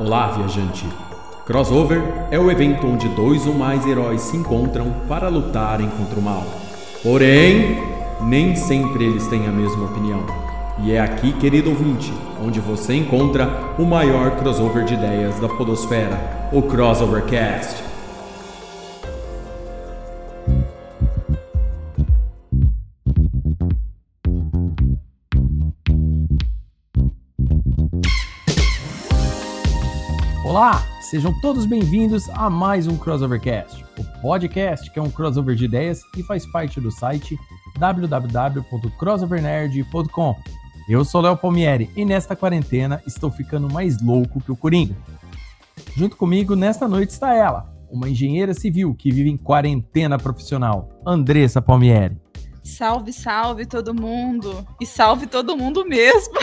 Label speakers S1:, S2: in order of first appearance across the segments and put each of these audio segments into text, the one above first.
S1: Olá, viajante! Crossover é o evento onde dois ou mais heróis se encontram para lutarem contra o mal. Porém, nem sempre eles têm a mesma opinião. E é aqui, querido ouvinte, onde você encontra o maior crossover de ideias da podosfera, o Crossovercast.
S2: Olá, sejam todos bem-vindos a mais um Crossovercast, o podcast que é um crossover de ideias e faz parte do site www.crossovernerd.com. Eu sou Léo Palmieri e nesta quarentena estou ficando mais louco que o Coringa. Junto comigo nesta noite está ela, uma engenheira civil que vive em quarentena profissional, Andressa Palmieri.
S3: Salve, salve todo mundo! E salve todo mundo mesmo!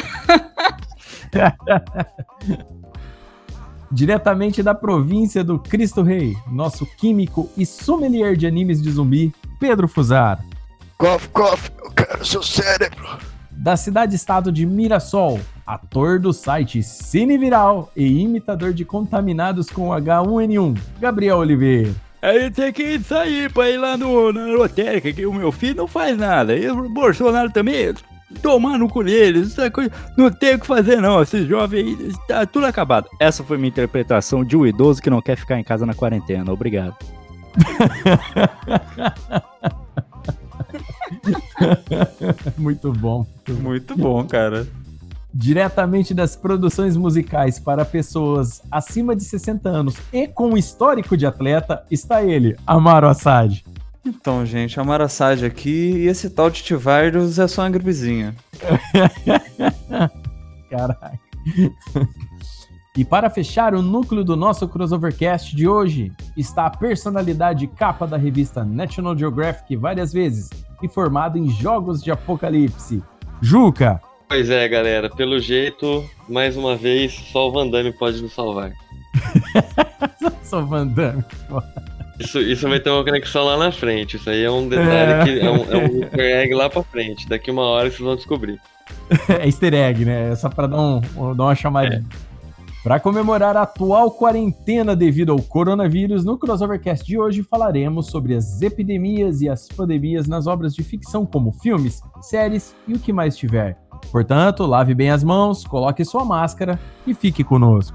S2: Diretamente da província do Cristo Rei, nosso químico e sommelier de animes de zumbi, Pedro Fusaro.
S4: Cof, eu quero seu cérebro.
S2: Da cidade-estado de Mirassol, ator do site Cine Viral e imitador de contaminados com H1N1, Gabriel Oliveira.
S5: Aí tem que sair pra ir lá na lotérica, que o meu filho não faz nada. E o Bolsonaro também, tomar no cu deles, essa coisa, não tem o que fazer não, esses jovens aí, tá tudo acabado. Essa foi minha interpretação de um idoso que não quer ficar em casa na quarentena, obrigado.
S2: Muito bom.
S5: Muito bom, cara.
S2: Diretamente das produções musicais para pessoas acima de 60 anos e com histórico de atleta, está ele, Amaro Assad.
S6: Então, gente, Amaro Assad aqui e esse tal de T-Virus é só uma gripezinha.
S2: Caraca. E para fechar o núcleo do nosso Crossovercast de hoje, está a personalidade capa da revista National Geographic várias vezes e formado em jogos de apocalipse, Juca.
S7: Pois é, galera, pelo jeito, mais uma vez, só o Van Damme pode nos salvar.
S2: Só o Van Damme, pô.
S7: Isso vai ter uma conexão lá na frente. Isso aí é um detalhe que é um easter egg lá pra frente. Daqui uma hora vocês vão descobrir.
S2: É easter egg, né? É só pra dar uma chamadinha. Para comemorar a atual quarentena devido ao coronavírus, no Crossovercast de hoje falaremos sobre as epidemias e as pandemias nas obras de ficção como filmes, séries e o que mais tiver. Portanto, lave bem as mãos, coloque sua máscara e fique conosco.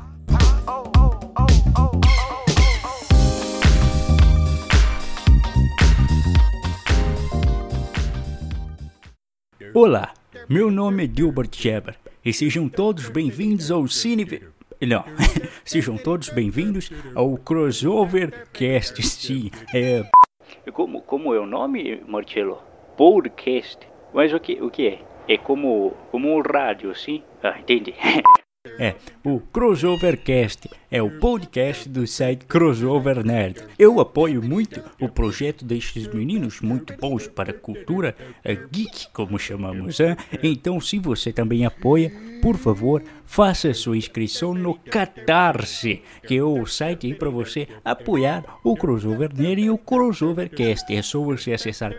S5: Olá, meu nome é Gilbert Sheber e sejam todos bem-vindos ao sejam todos bem-vindos ao Crossovercast, sim. Como é o nome, Marcelo? Podcast. Mas o que é? É como um rádio, sim? Ah, entendi. O Crossovercast é o podcast do site Crossover Nerd. Eu apoio muito o projeto destes meninos muito bons para a cultura geek, como chamamos. Então, se você também apoia, por favor, faça sua inscrição no Catarse, que é o site aí para você apoiar o Crossover Nerd e o Crossovercast. É só você acessar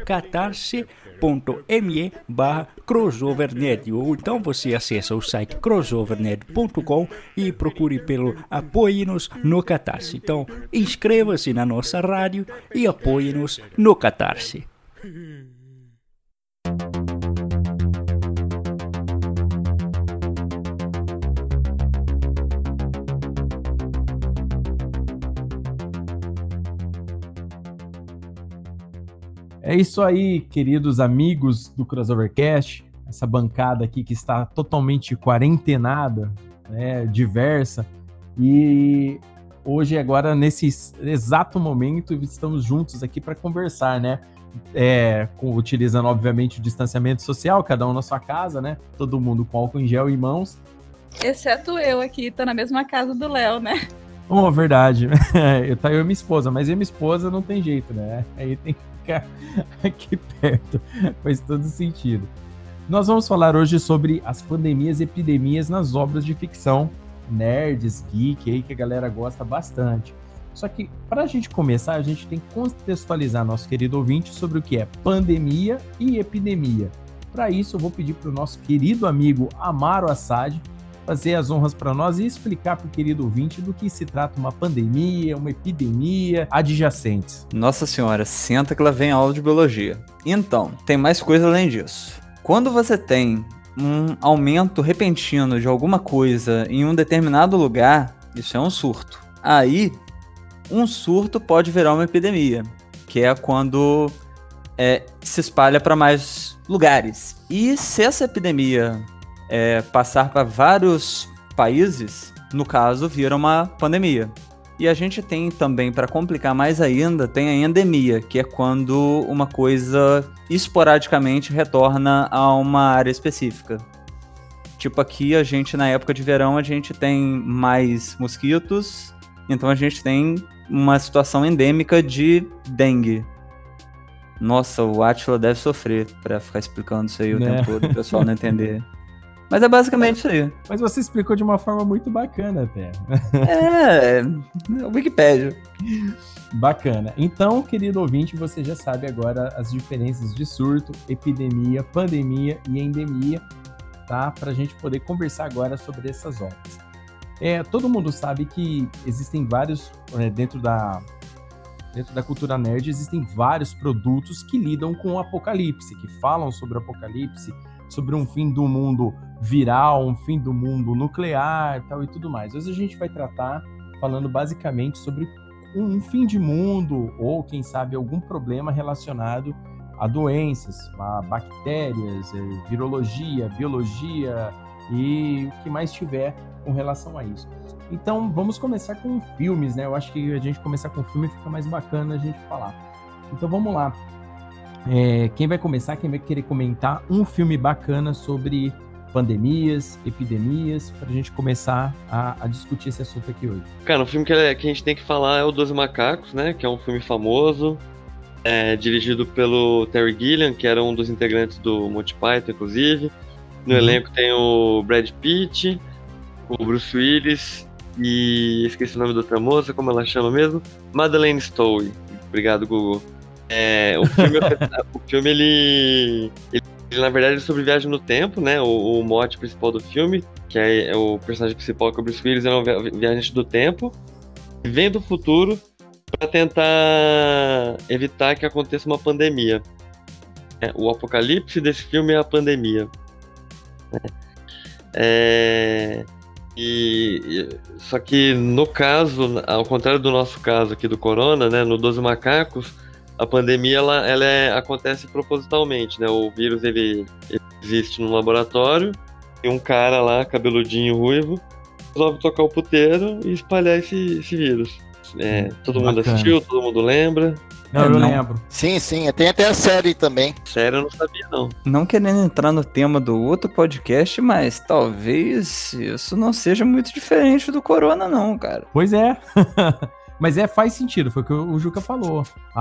S5: catarse.me/crossovernerd ou então você acessa o site crossovernerd.com e procure pelo Apoie-nos no Catarse. Então, inscreva-se na nossa rádio e apoie-nos no Catarse.
S2: É isso aí, queridos amigos do Crossovercast, essa bancada aqui que está totalmente quarentenada, né, diversa, e hoje, agora, nesse exato momento, estamos juntos aqui para conversar, né, utilizando, obviamente, o distanciamento social, cada um na sua casa, né, todo mundo com álcool em gel em mãos.
S3: Exceto eu aqui, tô na mesma casa do Léo, né?
S2: Oh, verdade, eu e minha esposa, mas eu e minha esposa não tem jeito, né, aí tem que ficar aqui perto, faz todo sentido. Nós vamos falar hoje sobre as pandemias e epidemias nas obras de ficção, nerds, geek, aí que a galera gosta bastante. Só que, para a gente começar, a gente tem que contextualizar nosso querido ouvinte sobre o que é pandemia e epidemia. Para isso, eu vou pedir para o nosso querido amigo Amaro Assad fazer as honras para nós e explicar para o querido ouvinte do que se trata uma pandemia, uma epidemia, adjacentes.
S6: Nossa senhora, senta que lá vem a aula de biologia. Então, tem mais coisa além disso. Quando você tem um aumento repentino de alguma coisa em um determinado lugar, isso é um surto. Aí, um surto pode virar uma epidemia, que é quando se espalha para mais lugares. E se essa epidemia passar para vários países, no caso, vira uma pandemia. E a gente tem também, para complicar mais ainda, tem a endemia, que é quando uma coisa esporadicamente retorna a uma área específica. Tipo aqui, a gente, na época de verão, a gente tem mais mosquitos, então a gente tem uma situação endêmica de dengue. Nossa, o Átila deve sofrer para ficar explicando isso aí o tempo todo, o pessoal não entender. Mas é basicamente isso aí.
S2: Mas você explicou de uma forma muito bacana até.
S6: Wikipédia.
S2: Bacana. Então, querido ouvinte, você já sabe agora as diferenças de surto, epidemia, pandemia e endemia, tá? Pra gente poder conversar agora sobre essas obras. Todo mundo sabe que existem vários, dentro da cultura nerd, existem vários produtos que lidam com o apocalipse, que falam sobre o apocalipse, sobre um fim do mundo viral, um fim do mundo nuclear, tal e tudo mais. Hoje a gente vai tratar falando basicamente sobre um fim de mundo ou, quem sabe, algum problema relacionado a doenças, a bactérias, virologia, biologia e o que mais tiver com relação a isso. Então, vamos começar com filmes, né? Eu acho que a gente começar com filme fica mais bacana a gente falar. Então, vamos lá. Quem vai começar, quem vai querer comentar um filme bacana sobre pandemias, epidemias, pra gente começar a discutir esse assunto aqui hoje.
S7: Cara, um filme que a gente tem que falar é o 12 Macacos, né? Que é um filme famoso, dirigido pelo Terry Gilliam, que era um dos integrantes do Monty Python, inclusive. No elenco tem o Brad Pitt, o Bruce Willis e esqueci o nome da outra moça, como ela chama mesmo? Madeleine Stowe. Obrigado, Google. O filme ele na verdade é sobre viagem no tempo, né? O mote principal do filme, que é o personagem principal, que é o Bruce Willis, é um viajante do tempo, e vem do futuro para tentar evitar que aconteça uma pandemia. O apocalipse desse filme é a pandemia. Só que no caso, ao contrário do nosso caso aqui do Corona, né? No 12 Macacos, a pandemia ela acontece propositalmente, né? O vírus ele existe no laboratório e um cara lá, cabeludinho, ruivo, resolve tocar o puteiro e espalhar esse vírus. Todo mundo assistiu, todo mundo lembra.
S2: Eu lembro.
S4: Sim, tem até a série também.
S7: Sério, eu não sabia, não.
S6: Não querendo entrar no tema do outro podcast, mas talvez isso não seja muito diferente do Corona, não, cara.
S2: Pois é. Mas faz sentido, foi o que o Juca falou.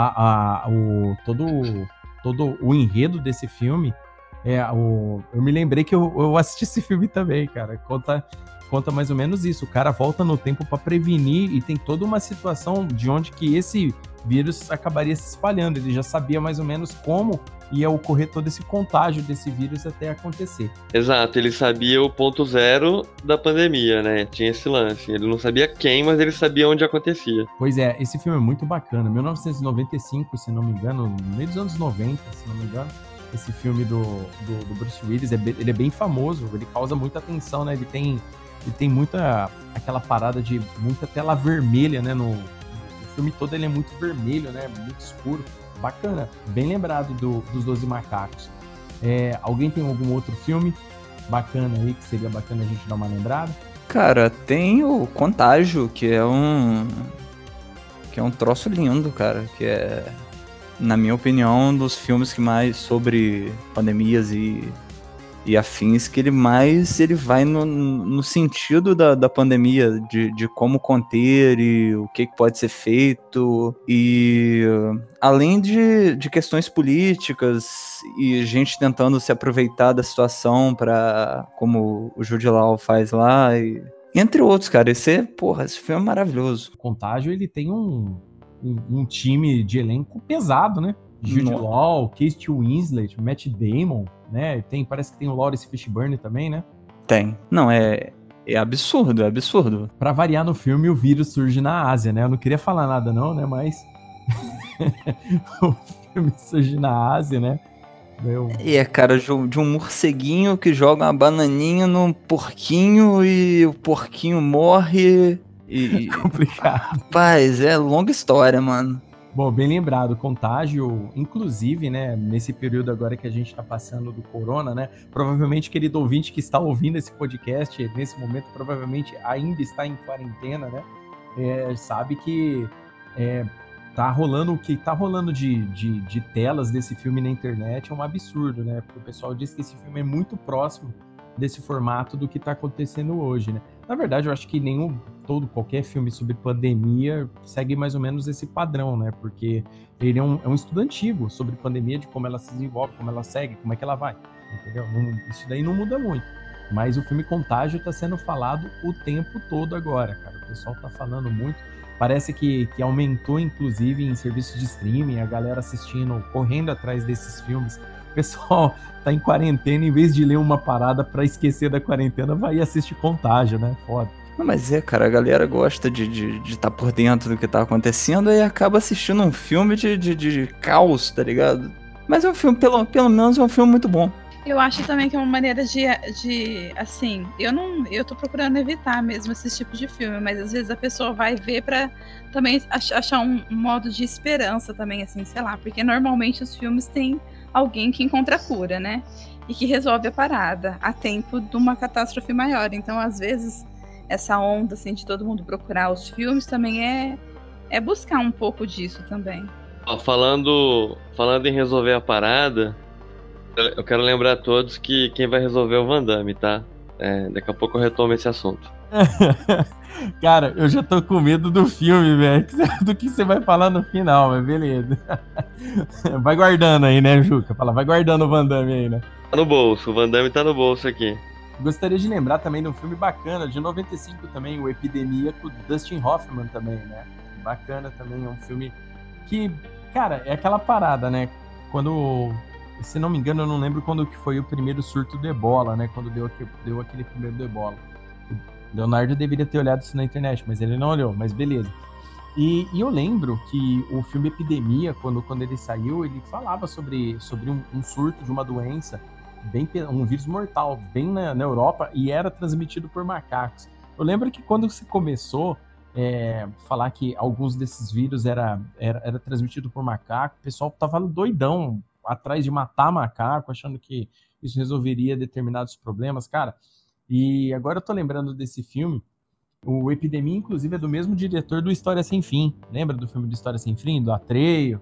S2: Todo o enredo desse filme, eu me lembrei que eu assisti esse filme também, cara. Conta mais ou menos isso. O cara volta no tempo para prevenir e tem toda uma situação de onde que esse vírus acabaria se espalhando. Ele já sabia mais ou menos como ia ocorrer todo esse contágio desse vírus até acontecer.
S7: Exato, ele sabia o ponto zero da pandemia, né? Tinha esse lance. Ele não sabia quem, mas ele sabia onde acontecia.
S2: Pois é, esse filme é muito bacana. 1995, se não me engano, no meio dos anos 90, se não me engano, esse filme do Bruce Willis, ele é bem famoso, ele causa muita atenção, né? Ele tem muita, aquela parada de muita tela vermelha, né? O filme todo ele é muito vermelho, né? Muito escuro. Bacana, bem lembrado dos 12 Macacos. Alguém tem algum outro filme bacana aí que seria bacana a gente dar uma lembrada?
S6: Cara, tem o Contágio, que é um troço lindo, cara, que é, na minha opinião, um dos filmes que mais sobre pandemias e afins, que ele vai no sentido da pandemia, de como conter e o que pode ser feito, e além de questões políticas e gente tentando se aproveitar da situação para, como o Jude Law faz lá, e entre outros, cara. Esse filme é maravilhoso.
S2: O Contágio, ele tem um time de elenco pesado, né? Jude Law, Kate Winslet, Matt Damon, né? Parece que tem o Lawrence Fishburne também, né?
S6: Tem. Não, É absurdo, é absurdo.
S2: Pra variar no filme, o vírus surge na Ásia, né? Eu não queria falar nada não, né? Mas o filme surge na Ásia, né?
S6: Cara, de um morceguinho que joga uma bananinha num porquinho e o porquinho morre e...
S2: Complicado.
S6: Rapaz, é longa história, mano.
S2: Bom, bem lembrado, contágio, inclusive, né, nesse período agora que a gente tá passando do corona, né, provavelmente, querido ouvinte que está ouvindo esse podcast, nesse momento, provavelmente ainda está em quarentena, né, sabe que tá rolando o que tá rolando de telas desse filme na internet é um absurdo, né, porque o pessoal diz que esse filme é muito próximo desse formato do que tá acontecendo hoje, né. Na verdade, eu acho que qualquer filme sobre pandemia segue mais ou menos esse padrão, né? Porque ele é um estudo antigo sobre pandemia, de como ela se desenvolve, como ela segue, como é que ela vai, entendeu? Isso daí não muda muito. Mas o filme Contágio tá sendo falado o tempo todo agora, cara. O pessoal tá falando muito. Parece que aumentou, inclusive, em serviços de streaming, a galera assistindo, correndo atrás desses filmes. O pessoal tá em quarentena, em vez de ler uma parada pra esquecer da quarentena, vai e assiste Contágio, né? Foda.
S6: Não, mas cara, a galera gosta de estar por dentro do que tá acontecendo e acaba assistindo um filme de caos, tá ligado? Mas é um filme, pelo menos é um filme muito bom.
S3: Eu acho também que é uma maneira de assim, eu tô procurando evitar mesmo esse tipo de filme, mas às vezes a pessoa vai ver pra também achar um modo de esperança também, assim, sei lá, porque normalmente os filmes têm alguém que encontra a cura, né? E que resolve a parada a tempo de uma catástrofe maior. Então, às vezes, essa onda, assim, de todo mundo procurar os filmes também é buscar um pouco disso também.
S7: Falando em resolver a parada, eu quero lembrar a todos que quem vai resolver é o Van Damme, tá? Daqui a pouco eu retomo esse assunto.
S2: Cara, eu já tô com medo do filme, velho. Do que você vai falar no final, mas beleza. Vai guardando aí, né, Juca? Fala, vai guardando o Van Damme aí, né?
S7: Tá no bolso, o Van Damme tá no bolso aqui.
S2: Gostaria de lembrar também de um filme bacana, de 95 também, o Epidemia, com o Dustin Hoffman também, né? Bacana também, é um filme que, cara, é aquela parada, né? Quando, se não me engano, eu não lembro quando que foi o primeiro surto do Ebola, né? Quando deu aquele primeiro do Ebola. O Leonardo deveria ter olhado isso na internet, mas ele não olhou, mas beleza. E eu lembro que o filme Epidemia, quando ele saiu, ele falava sobre um surto de uma doença, um vírus mortal, bem na Europa, e era transmitido por macacos. Eu lembro que quando se começou falar que alguns desses vírus era transmitido por macaco, o pessoal tava doidão atrás de matar macaco, achando que isso resolveria determinados problemas, cara. E agora eu tô lembrando desse filme, o Epidemia, inclusive, é do mesmo diretor do História Sem Fim. Lembra do filme do História Sem Fim? Do Atreio,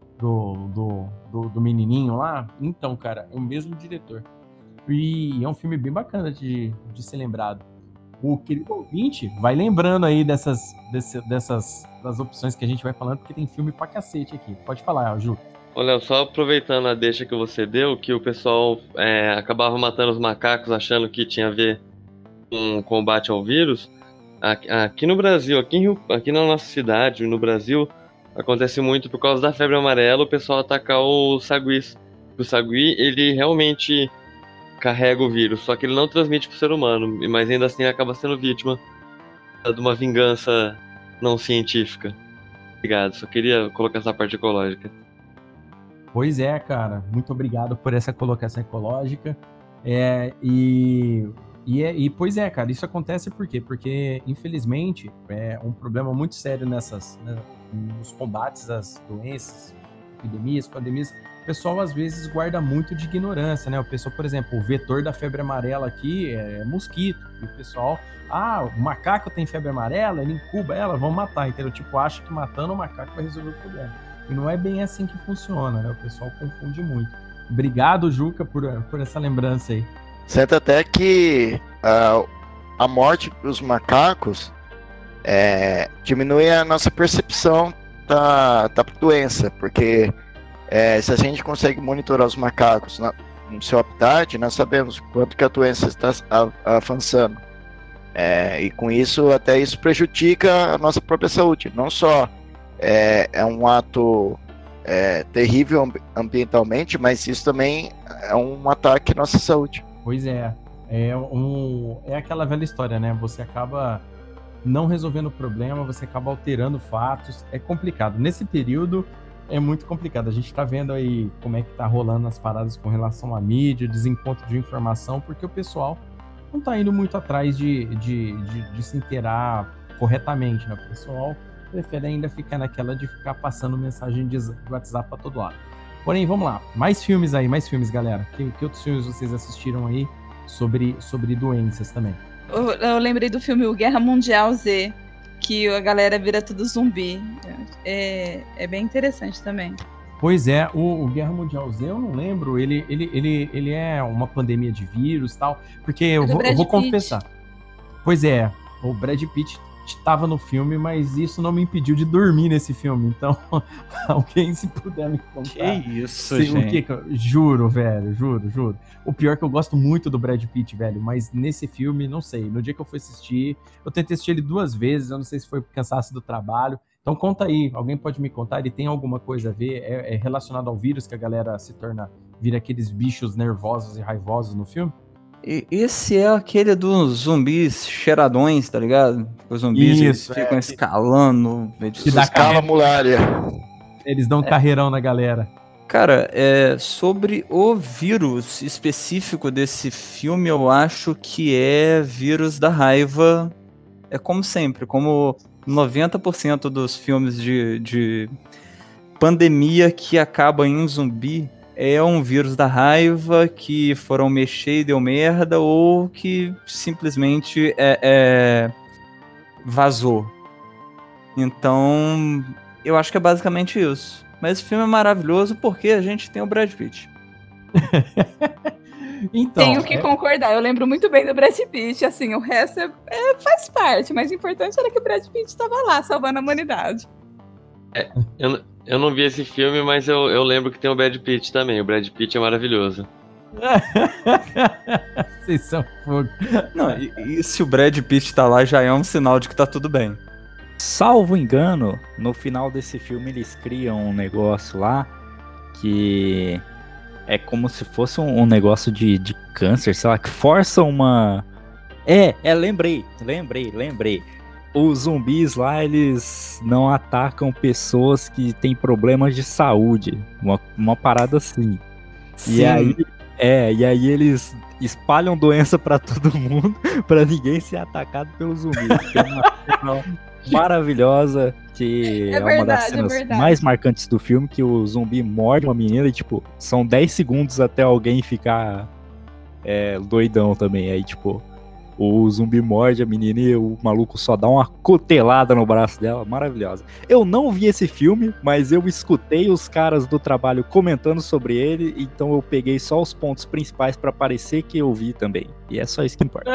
S2: do menininho lá? Então, cara, é o mesmo diretor. E é um filme bem bacana de ser lembrado. O querido ouvinte vai lembrando aí das opções que a gente vai falando, porque tem filme pra cacete aqui. Pode falar, Ju.
S7: Olha, só aproveitando a deixa que você deu, que o pessoal acabava matando os macacos achando que tinha a ver com combate ao vírus. Aqui no Brasil, aqui na nossa cidade, no Brasil, acontece muito por causa da febre amarela, o pessoal atacar os saguis. O sagui, ele realmente carrega o vírus, só que ele não transmite pro ser humano, mas ainda assim acaba sendo vítima de uma vingança não científica. Obrigado, só queria colocar essa parte ecológica.
S2: Pois é, cara, muito obrigado por essa colocação ecológica. Pois é, cara, isso acontece por quê? Porque, infelizmente, é um problema muito sério nos combates às doenças, epidemias, pandemias. O pessoal, às vezes, guarda muito de ignorância, né? O pessoal, por exemplo, o vetor da febre amarela aqui é mosquito. E o pessoal, o macaco tem febre amarela, ele incuba ela, vamos matar, entendeu? Tipo, acha que matando o macaco vai resolver o problema. E não é bem assim que funciona, né? O pessoal confunde muito. Obrigado, Juca, por essa lembrança aí.
S4: Certo até que a morte dos macacos diminui a nossa percepção da doença, porque se a gente consegue monitorar os macacos no seu habitat, nós sabemos quanto que a doença está avançando. E com isso, até isso prejudica a nossa própria saúde. Não só é um ato terrível ambientalmente, mas isso também é um ataque à nossa saúde.
S2: Pois é. É aquela velha história, né? Você acaba não resolvendo o problema, você acaba alterando fatos. É complicado. Nesse período é muito complicado. A gente tá vendo aí como é que tá rolando as paradas com relação à mídia, desencontro de informação, porque o pessoal não tá indo muito atrás de se inteirar corretamente, né? O pessoal prefere ainda ficar naquela de ficar passando mensagem de WhatsApp pra todo lado. Porém, vamos lá. Mais filmes, galera. Que outros filmes vocês assistiram aí sobre doenças também?
S3: Eu lembrei do filme O Guerra Mundial Z, que a galera vira tudo zumbi. É bem interessante também.
S2: Pois é, o Guerra Mundial Z, eu não lembro, ele é uma pandemia de vírus e tal, porque eu vou confessar. Pois é, o Brad Pitt estava no filme, mas isso não me impediu de dormir nesse filme, então alguém se puder me contar.
S6: Que isso, gente.
S2: Juro, velho, juro. O pior é que eu gosto muito do Brad Pitt, velho, mas nesse filme, não sei, no dia que eu fui assistir, eu tentei assistir ele 2 vezes, eu não sei se foi por cansaço do trabalho. Então conta aí, alguém pode me contar, ele tem alguma coisa a ver? É relacionado ao vírus que a galera vira aqueles bichos nervosos e raivosos no filme?
S6: Esse é aquele dos zumbis cheiradões, tá ligado? Os zumbis eles ficam escalando.
S4: Escala mulária.
S2: Eles dão carreirão na galera.
S6: Cara, sobre o vírus específico desse filme, eu acho que é vírus da raiva. É como sempre, como 90% dos filmes de pandemia que acabam em um zumbi é um vírus da raiva que foram mexer e deu merda ou que simplesmente vazou. Então, eu acho que é basicamente isso. Mas o filme é maravilhoso porque a gente tem o Brad Pitt.
S3: Então, tenho que concordar, eu lembro muito bem do Brad Pitt, assim, o resto faz parte, mas o importante era que o Brad Pitt estava lá, salvando a humanidade.
S7: Eu não vi esse filme, mas eu lembro que tem o Brad Pitt também, o Brad Pitt é maravilhoso.
S2: Vocês são fogo.
S6: Não, e se o Brad Pitt tá lá, já é um sinal de que tá tudo bem.
S5: Salvo engano, no final desse filme eles criam um negócio lá que é como se fosse um negócio de câncer, sei lá, que força uma... lembrei. Os zumbis lá, eles não atacam pessoas que têm problemas de saúde. Uma parada assim.
S6: Sim.
S5: E aí eles espalham doença pra todo mundo, pra ninguém ser atacado pelos zumbis. É uma maravilhosa, que é uma das cenas mais marcantes do filme, que o zumbi morde uma menina e, tipo, são 10 segundos até alguém ficar doidão também. Aí, tipo, o zumbi morde a menina e o maluco só dá uma cotelada no braço dela. Maravilhosa. Eu não vi esse filme, mas eu escutei os caras do trabalho comentando sobre ele, então eu peguei só os pontos principais pra parecer que eu vi também. E é só isso que importa.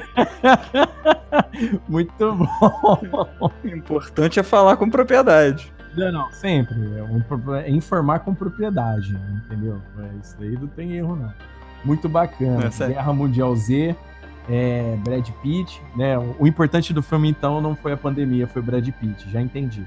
S2: Muito bom.
S6: O importante é falar com propriedade.
S2: Não, sempre. É informar com propriedade, entendeu? Isso daí não tem erro, não. Muito bacana. Guerra Mundial Z, Brad Pitt, né? O importante do filme, então, não foi a pandemia, foi o Brad Pitt, já entendi.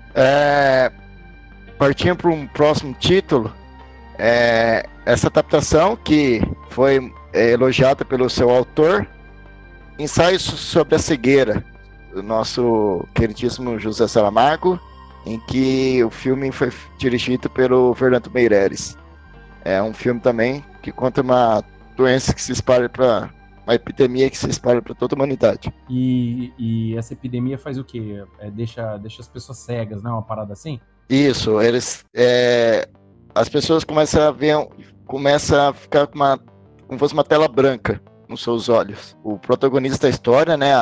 S4: Partindo para um próximo título, essa adaptação que foi elogiada pelo seu autor, Ensaio sobre a Cegueira, do nosso queridíssimo José Saramago, em que o filme foi dirigido pelo Fernando Meirelles. É um filme também que conta uma doença que se espalha para uma epidemia que se espalha para toda a humanidade.
S2: E essa epidemia faz o quê? Deixa as pessoas cegas, não é uma parada assim?
S4: Isso, as pessoas começam a ficar com como fosse uma tela branca nos seus olhos. O protagonista da história, né,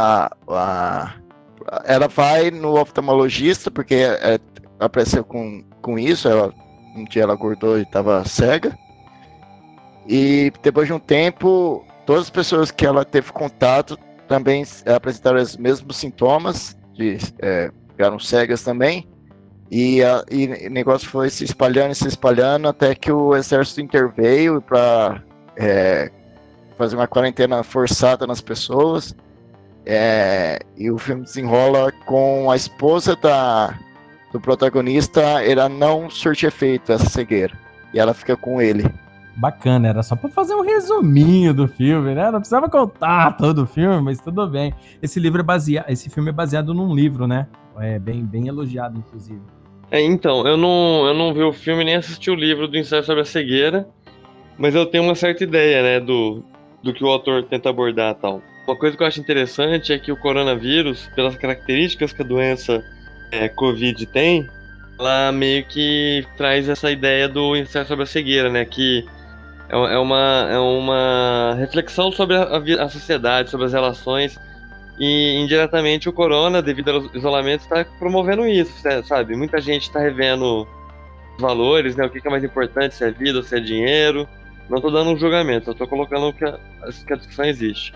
S4: ela vai no oftalmologista porque apareceu com isso, um dia ela acordou e estava cega, e depois de um tempo, todas as pessoas que ela teve contato também apresentaram os mesmos sintomas, ficaram cegas também, e o negócio foi se espalhando até que o exército interveio para fazer uma quarentena forçada nas pessoas, e o filme desenrola com a esposa do protagonista, ela não surte efeito essa cegueira, e ela fica com ele.
S2: Bacana, era só pra fazer um resuminho do filme, né? Não precisava contar todo o filme, mas tudo bem. Esse filme é baseado num livro, né? É bem elogiado, inclusive.
S7: Então, eu não vi o filme nem assisti o livro do Ensaio sobre a Cegueira, mas eu tenho uma certa ideia, né, do que o autor tenta abordar e tal. Uma coisa que eu acho interessante é que o coronavírus, pelas características que a doença Covid tem, ela meio que traz essa ideia do ensaio sobre a cegueira, né, que é uma reflexão sobre a sociedade, sobre as relações, e indiretamente o corona, devido ao isolamento, está promovendo isso, sabe? Muita gente está revendo os valores, né, o que é mais importante, se é vida ou se é dinheiro. Não estou dando um julgamento, só estou colocando que a discussão existe.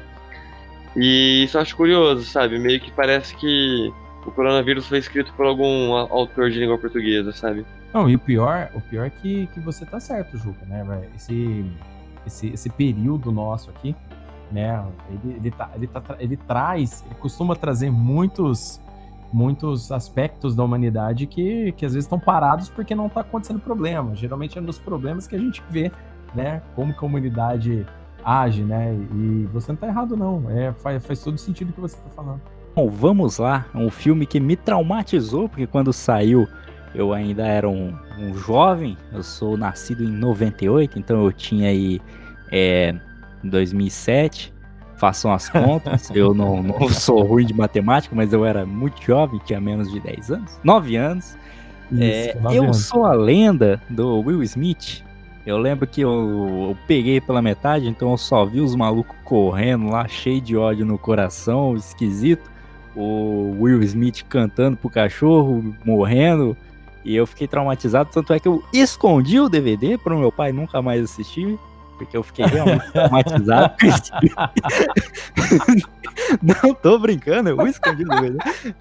S7: E isso eu acho curioso, sabe? Meio que parece que o coronavírus foi escrito por algum autor de língua portuguesa, sabe?
S2: Não, e o pior é que você tá certo, Juca, né, velho? Esse período nosso aqui, né? Ele costuma trazer muitos aspectos da humanidade que às vezes estão parados porque não tá acontecendo problema. Geralmente é nos problemas que a gente vê, né? Como que a humanidade age, né? E você não tá errado, não. Faz todo sentido o que você tá falando.
S5: Bom, vamos lá. Um filme que me traumatizou, porque quando saiu eu ainda era um jovem. Eu sou nascido em 98, então eu tinha aí em 2007. Façam as contas. Eu não sou ruim de matemática, mas eu era muito jovem, tinha menos de 10 anos. 9 anos.
S2: Isso, 9
S5: eu
S2: anos.
S5: sou a lenda do Will Smith. Eu lembro que eu peguei pela metade, então eu só vi os malucos correndo lá, cheio de ódio no coração, esquisito. O Will Smith cantando pro cachorro, morrendo. E eu fiquei traumatizado, tanto é que eu escondi o DVD pro meu pai nunca mais assistir, porque eu fiquei realmente traumatizado com esse filme. Não tô brincando, eu escondi o DVD.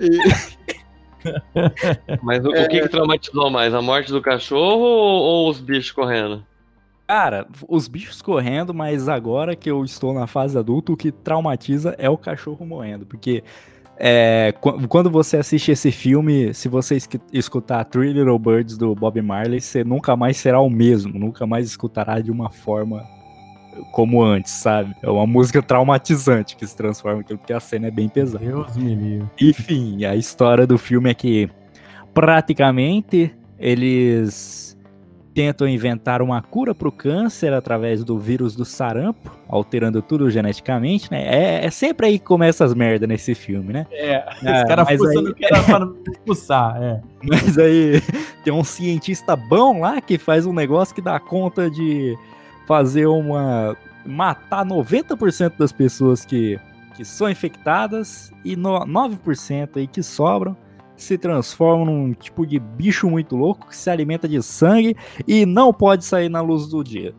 S7: Mas o que traumatizou mais? A morte do cachorro ou os bichos correndo?
S5: Cara, os bichos correndo, mas agora que eu estou na fase adulta, o que traumatiza é o cachorro morrendo. Porque quando você assiste esse filme, se você escutar Three Little Birds do Bob Marley, você nunca mais será o mesmo, nunca mais escutará de uma forma como antes, sabe? É uma música traumatizante que se transforma aquilo, porque a cena é bem pesada.
S2: Deus me livre.
S5: Enfim, a história do filme é que praticamente eles tentam inventar uma cura para o câncer através do vírus do sarampo, alterando tudo geneticamente, né? É sempre aí que começa as merdas nesse filme, né?
S2: Os caras forçando o cara para expulsar,
S5: Mas aí tem um cientista bom lá que faz um negócio que dá conta de fazer matar 90% das pessoas que são infectadas e 9% aí que sobram se transformam num tipo de bicho muito louco que se alimenta de sangue e não pode sair na luz do dia.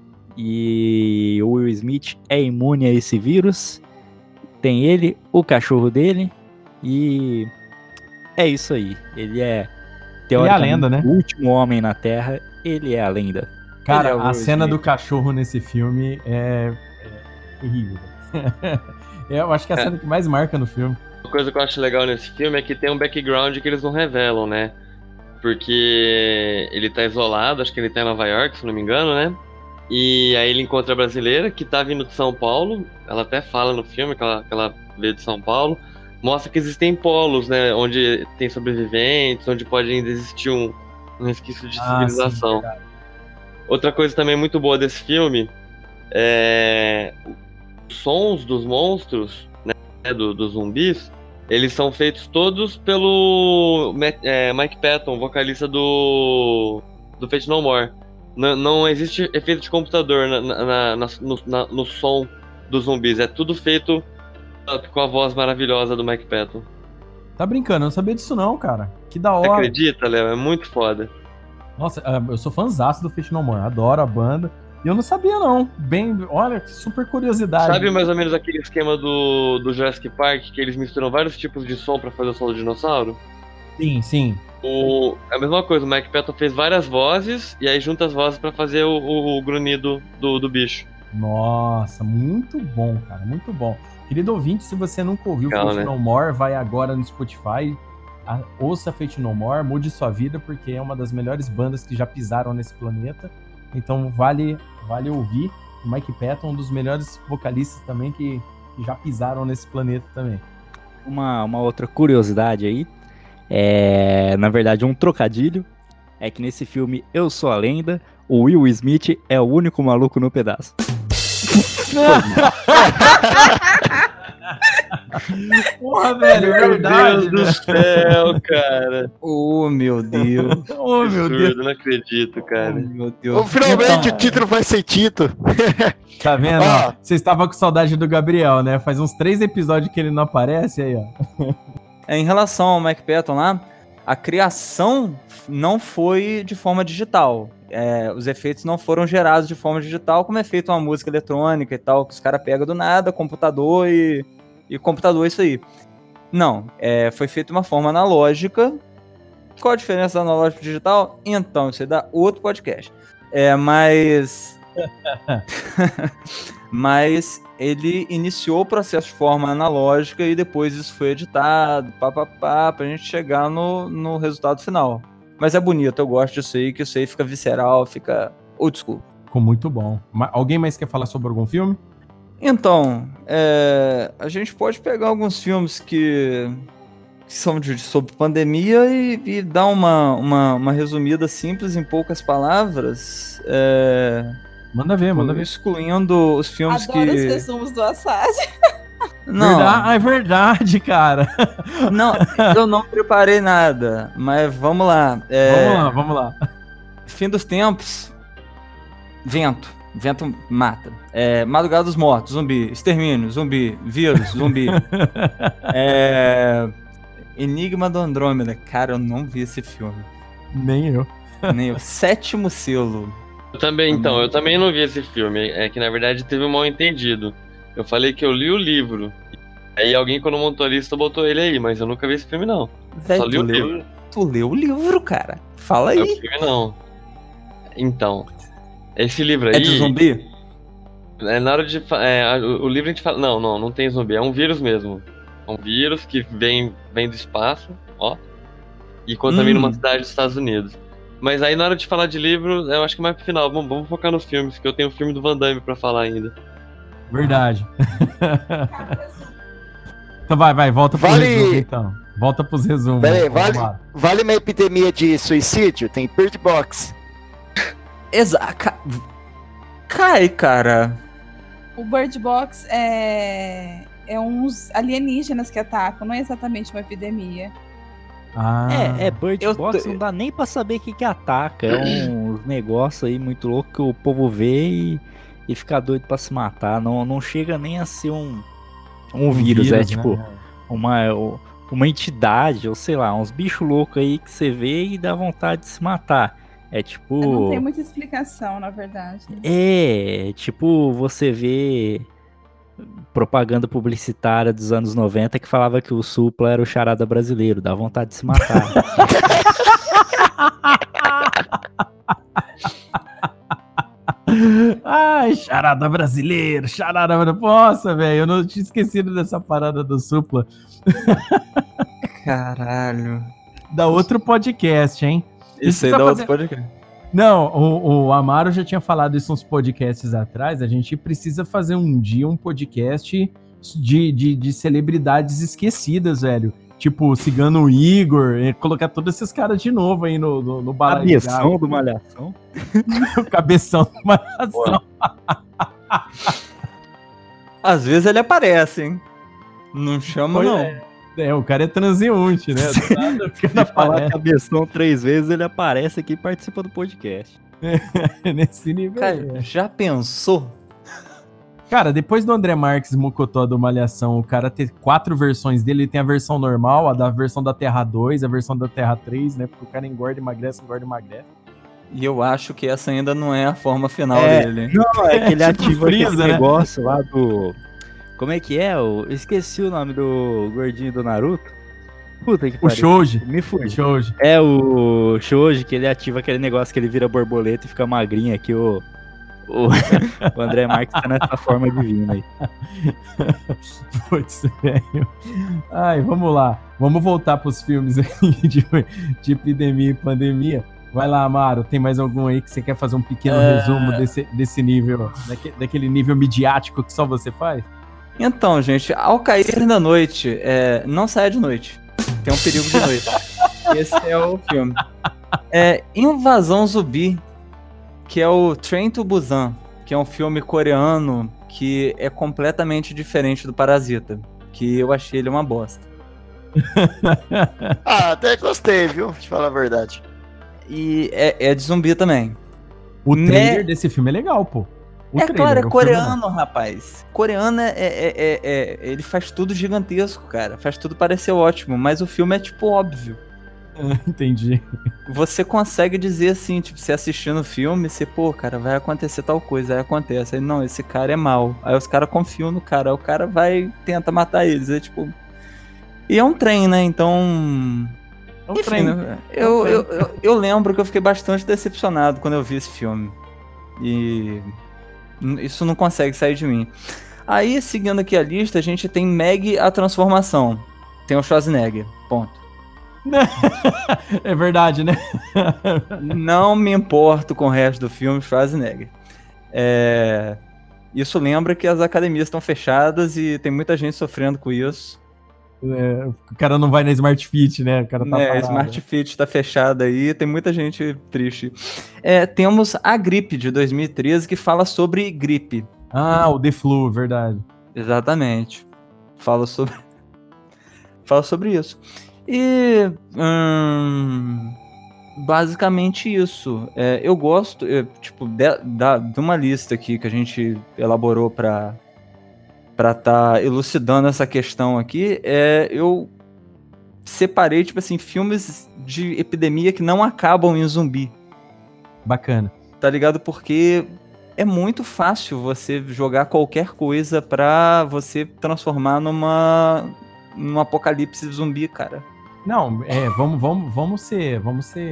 S5: E o Will Smith é imune a esse vírus. Tem ele, o cachorro dele e é isso aí. Ele é teoricamente
S2: a lenda, né?
S5: O último homem na Terra. Ele é a lenda.
S2: Cara, a cena do cachorro nesse filme é terrível. Eu acho que é a cena que mais marca no filme.
S7: Uma coisa que eu acho legal nesse filme é que tem um background que eles não revelam, né? Porque ele tá isolado, acho que ele tá em Nova York, se não me engano, né? E aí ele encontra a brasileira que tá vindo de São Paulo. Ela até fala no filme que ela veio de São Paulo. Mostra que existem polos, né? Onde tem sobreviventes, onde pode ainda existir um resquício de civilização.
S2: Sim,
S7: outra coisa também muito boa desse filme é os sons dos monstros, né, dos zumbis, eles são feitos todos pelo Mike Patton, vocalista do Fate No More. Não existe efeito de computador no som dos zumbis, é tudo feito com a voz maravilhosa do Mike Patton.
S2: Tá brincando, eu não sabia disso não, cara. Que da hora.
S7: Você acredita, Léo? É muito foda.
S2: Nossa, eu sou fãzaço do Fate No More, adoro a banda. E eu não sabia não, olha, que super curiosidade.
S7: Sabe mais ou menos aquele esquema do Jurassic Park, que eles misturam vários tipos de som pra fazer o som do dinossauro?
S2: Sim.
S7: É a mesma coisa, o Mike Patton fez várias vozes, e aí junta as vozes pra fazer o grunhido do bicho.
S2: Nossa, muito bom, cara, muito bom. Querido ouvinte, se você nunca ouviu Fate No More, vai agora no Spotify, ouça Fate No More, mude sua vida, porque é uma das melhores bandas que já pisaram nesse planeta. Então vale ouvir. O Mike Patton, um dos melhores vocalistas também que já pisaram nesse planeta também.
S5: Uma outra curiosidade aí, na verdade um trocadilho, é que nesse filme Eu Sou a Lenda, o Will Smith é o único maluco no pedaço.
S2: Porra, velho, é verdade.
S7: Meu Deus do céu, cara.
S6: Oh, meu Deus.
S2: Oh, meu Deus.
S7: Não acredito, cara.
S6: Oh, meu Deus.
S4: Finalmente o título vai ser Tito.
S2: Tá vendo? Ó, você estava com saudade do Gabriel, né? Faz uns 3 episódios que ele não aparece aí, ó.
S6: Em relação ao Mike Patton lá, a criação não foi de forma digital. Os efeitos não foram gerados de forma digital, como é feito uma música eletrônica e tal, que os caras pegam do nada, computador e computador é isso aí. Não, foi feito de uma forma analógica. Qual a diferença do analógico e digital? Então, isso aí dá outro podcast. Mas ele iniciou o processo de forma analógica e depois isso foi editado, pra gente chegar no resultado final. Mas é bonito, eu gosto disso aí, que isso aí fica visceral, fica old school.
S2: Ficou muito bom. Alguém mais quer falar sobre algum filme?
S6: Então, a gente pode pegar alguns filmes que são sobre pandemia e dar uma resumida simples em poucas palavras.
S2: Manda ver.
S6: Excluindo os filmes
S3: Adoro
S6: que...
S3: os resumos do Assad.
S6: Não,
S2: é verdade, cara.
S6: Não, eu não preparei nada, mas vamos lá.
S2: Vamos lá.
S6: Fim dos tempos, vento mata. Madrugada dos Mortos, zumbi. Extermínio, zumbi. Vírus, zumbi. Enigma do Andrômeda. Cara, eu não vi esse filme.
S2: Nem eu.
S6: Sétimo Selo.
S7: Eu também não vi esse filme. É que na verdade teve um mal entendido. Eu falei que eu li o livro. Aí alguém, quando montou a lista, botou ele aí, mas eu nunca vi esse filme, não.
S6: Véio,
S7: só li o livro.
S6: Tu leu o livro, cara. Fala aí.
S7: O filme não. Então, esse livro aí...
S6: É de zumbi?
S7: Na hora de... o livro a gente fala... Não tem zumbi. É um vírus mesmo. É um vírus que vem do espaço, ó. E contamina uma cidade dos Estados Unidos. Mas aí na hora de falar de livro, eu acho que mais pro final. Vamos focar nos filmes, que eu tenho o filme do Van Damme pra falar ainda.
S2: Verdade. Então vai, volta pro resumo, então. Volta pros resumos.
S4: Peraí, vale uma epidemia de suicídio? Tem Bird Box.
S6: Exato. Cai, cara.
S3: O Bird Box é uns alienígenas que atacam, não é exatamente uma epidemia.
S5: Bird Box não dá nem pra saber o que ataca. É uns negócios aí muito louco que o povo vê e fica doido pra se matar. Não chega nem a ser um vírus, tipo, né? uma entidade, ou sei lá, uns bichos loucos aí que você vê e dá vontade de se matar. É tipo...
S3: Não tem muita explicação, na verdade.
S5: Tipo, você vê propaganda publicitária dos anos 90 que falava que o Supla era o charada brasileiro, dá vontade de se matar.
S2: Ai, charada brasileiro, Nossa, velho, eu não tinha esquecido dessa parada do Supla.
S6: Caralho.
S2: Da outro podcast, hein?
S6: Isso aí dá outro podcast.
S2: Não, o Amaro já tinha falado isso uns podcasts atrás. A gente precisa fazer um dia um podcast de celebridades esquecidas, velho. Tipo, Cigano Igor, colocar todos esses caras de novo aí no balaio.
S5: Cabeção do Malhação.
S2: O cabeção do Malhação.
S6: Às vezes ele aparece, hein? Não chama, não.
S2: O cara é transeunte, né? Do nada, o cara
S5: falar cabeção 3 vezes, ele aparece aqui e participa do podcast.
S2: Nesse nível.
S6: Cara, já pensou?
S2: Cara, depois do André Marques Mocotó do Malhação, o cara ter 4 versões dele, ele tem a versão normal, a versão da Terra 2, a versão da Terra 3, né? Porque o cara engorda e emagrece.
S6: E eu acho que essa ainda não é a forma final dele.
S5: Não, é que ele
S2: tipo
S5: ativa
S2: Freeza,
S5: aquele
S2: né?
S5: negócio lá do... Como é que é? Eu esqueci o nome do gordinho do Naruto. Puta que pariu.
S2: O Shoji.
S5: Me fui.
S2: Shoji.
S5: É o Shoji, que ele ativa aquele negócio que ele vira borboleta e fica magrinho aqui, o André Marques tá nessa forma divina aí.
S2: Putz, velho. Ai, vamos lá. Vamos voltar pros filmes aí de epidemia e pandemia. Vai lá, Amaro, tem mais algum aí que você quer fazer um pequeno resumo desse nível, daquele nível midiático que só você faz?
S6: Então, gente, ao cair da noite, não saia de noite. Tem um perigo de noite. Esse é o filme. Invasão Zumbi, que é o Train to Busan, que é um filme coreano que é completamente diferente do Parasita, que eu achei ele uma bosta.
S4: Até gostei, viu? Pra te falar a verdade.
S6: E é de zumbi também.
S2: O trailer desse filme é legal, pô.
S6: Claro, é coreano, rapaz. Coreano ele faz tudo gigantesco, cara. Faz tudo parecer ótimo, mas o filme é, tipo, óbvio.
S2: Entendi.
S6: Você consegue dizer assim, tipo, você assistindo o filme, você, pô, cara, vai acontecer tal coisa, aí acontece. Aí, não, esse cara é mau. Aí os caras confiam no cara, aí o cara vai tenta matar eles. Aí, tipo... E é um trem, né? Então... Enfim, né? Eu lembro que eu fiquei bastante decepcionado quando eu vi esse filme. E... isso não consegue sair de mim. Aí, seguindo aqui a lista, a gente tem Meg, a Transformação. Tem o Schwarzenegger, ponto.
S2: É verdade, né?
S6: Não me importo com o resto do filme, Schwarzenegger. Isso lembra que as academias estão fechadas e tem muita gente sofrendo com isso.
S2: O cara não vai na Smart Fit, né? O cara tá
S6: a Smart Fit tá fechada aí, tem muita gente triste. Temos A Gripe, de 2013, que fala sobre gripe.
S2: Ah, o The Flu, verdade.
S6: Exatamente. Fala sobre isso. E... basicamente isso. Eu gosto, tipo, de uma lista aqui que a gente elaborou pra tá elucidando essa questão aqui, eu separei, tipo assim, filmes de epidemia que não acabam em zumbi.
S2: Bacana.
S6: Tá ligado? Porque é muito fácil você jogar qualquer coisa pra você transformar num apocalipse zumbi, cara.
S2: Não, vamos ser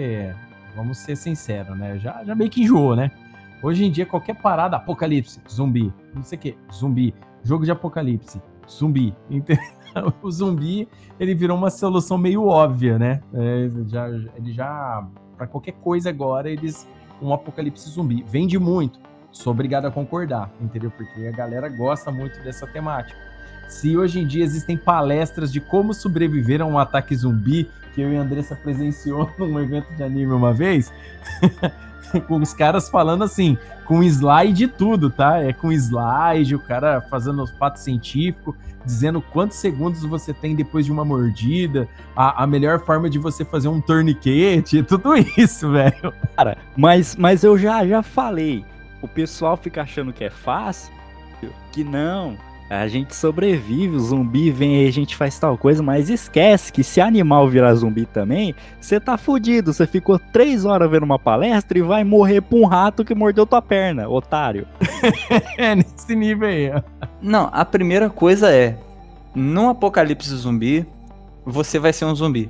S2: sinceros, né? Já meio que enjoou, né? Hoje em dia, qualquer parada, apocalipse, zumbi, não sei o que, zumbi, jogo de apocalipse, zumbi. O zumbi, ele virou uma solução meio óbvia, né? Ele já pra qualquer coisa agora, um apocalipse zumbi. Vende muito, sou obrigado a concordar, entendeu? Porque a galera gosta muito dessa temática. Se hoje em dia existem palestras de como sobreviver a um ataque zumbi, que eu e a Andressa presenciou num evento de anime uma vez, com os caras falando assim, com slide e tudo, tá? Com slide, o cara fazendo os fatos científicos, dizendo quantos segundos você tem depois de uma mordida, a melhor forma de você fazer um tourniquet, tudo isso, velho.
S5: Cara, mas eu já falei, o pessoal fica achando que é fácil, que não... A gente sobrevive, o zumbi vem aí, a gente faz tal coisa, mas esquece que se animal virar zumbi também, você tá fudido. Você ficou 3 horas vendo uma palestra e vai morrer pra um rato que mordeu tua perna, otário.
S2: Nesse nível aí.
S6: Não, a primeira coisa num apocalipse zumbi, você vai ser um zumbi.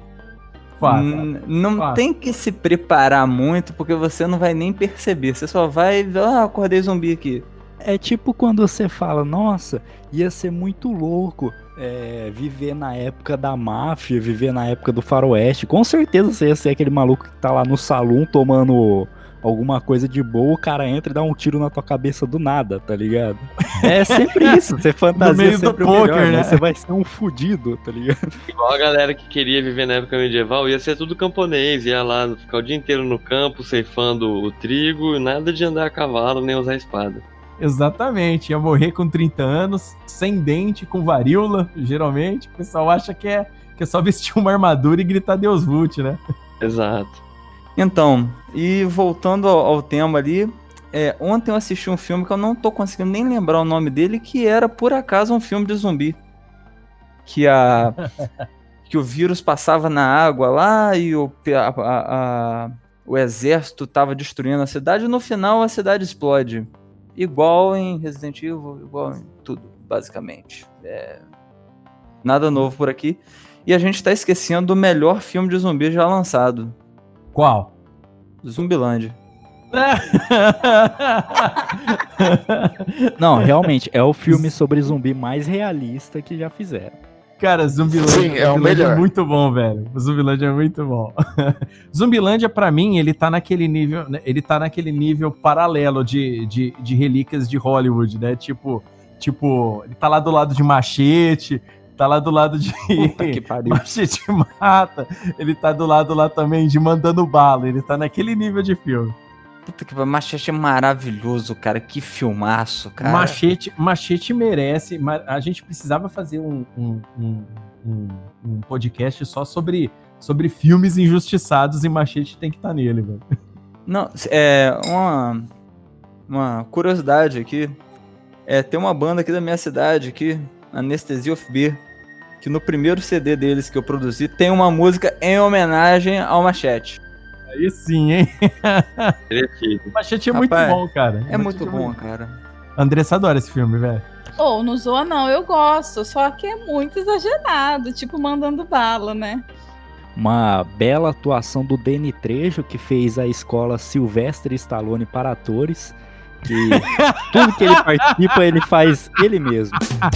S6: Não tem que se preparar muito, porque você não vai nem perceber. Você só vai, acordei zumbi aqui.
S5: É tipo quando você fala, nossa, ia ser muito louco viver na época da máfia, viver na época do faroeste. Com certeza você ia ser aquele maluco que tá lá no salão tomando alguma coisa de boa, o cara entra e dá um tiro na tua cabeça do nada, tá ligado? É sempre isso, você fantasia
S2: no meio
S5: sempre
S2: do
S5: o melhor,
S2: poker, né?
S5: Você vai ser um fudido, tá ligado?
S7: Igual a galera que queria viver na época medieval, ia ser tudo camponês, ia lá ficar o dia inteiro no campo, ceifando o trigo, nada de andar a cavalo, nem usar espada.
S2: Exatamente, ia morrer com 30 anos, sem dente, com varíola, geralmente. O pessoal acha que é só vestir uma armadura e gritar Deus Vult, né?
S7: Exato.
S6: Então, e voltando ao tema ali, ontem eu assisti um filme que eu não tô conseguindo nem lembrar o nome dele, que era, por acaso, um filme de zumbi. Que o vírus passava na água lá e o exército tava destruindo a cidade, e no final a cidade explode. Igual em Resident Evil, igual em tudo, basicamente. Nada novo por aqui. E a gente tá esquecendo do melhor filme de zumbi já lançado.
S2: Qual?
S6: Zumbilândia.
S5: Não, realmente, é o filme sobre zumbi mais realista que já fizeram.
S2: Cara, Zumbilândia,
S4: Sim, é o
S2: Zumbilândia
S4: melhor.
S2: é muito bom, velho. O Zumbilândia é muito bom. Zumbilândia, pra mim, ele tá naquele nível paralelo de relíquias de Hollywood, né? Tipo, ele tá lá do lado de Machete, tá lá do lado de
S5: Puta que pariu.
S2: Machete Mata, ele tá do lado lá também de Mandando Bala, ele tá naquele nível de filme.
S6: Puta que pariu, Machete é maravilhoso, cara. Que filmaço, cara.
S2: Machete merece, mas a gente precisava fazer um podcast só sobre filmes injustiçados e Machete tem que estar nele, velho.
S6: Não, uma curiosidade aqui. Tem uma banda aqui da minha cidade, aqui, Anesthesia of Beer, que no primeiro CD deles que eu produzi tem uma música em homenagem ao Machete.
S2: Aí sim, hein?
S7: Merecido.
S2: Machete é
S6: Rapaz,
S2: muito bom, cara.
S6: É muito
S2: Machete
S6: bom, cara.
S2: Andressa adora esse filme, velho.
S3: Ou não zoa, não, eu gosto. Só que é muito exagerado, tipo Mandando Bala, né?
S5: Uma bela atuação do Danny Trejo, que fez a escola Sylvester Stallone para atores. Que tudo que ele participa, ele faz ele mesmo.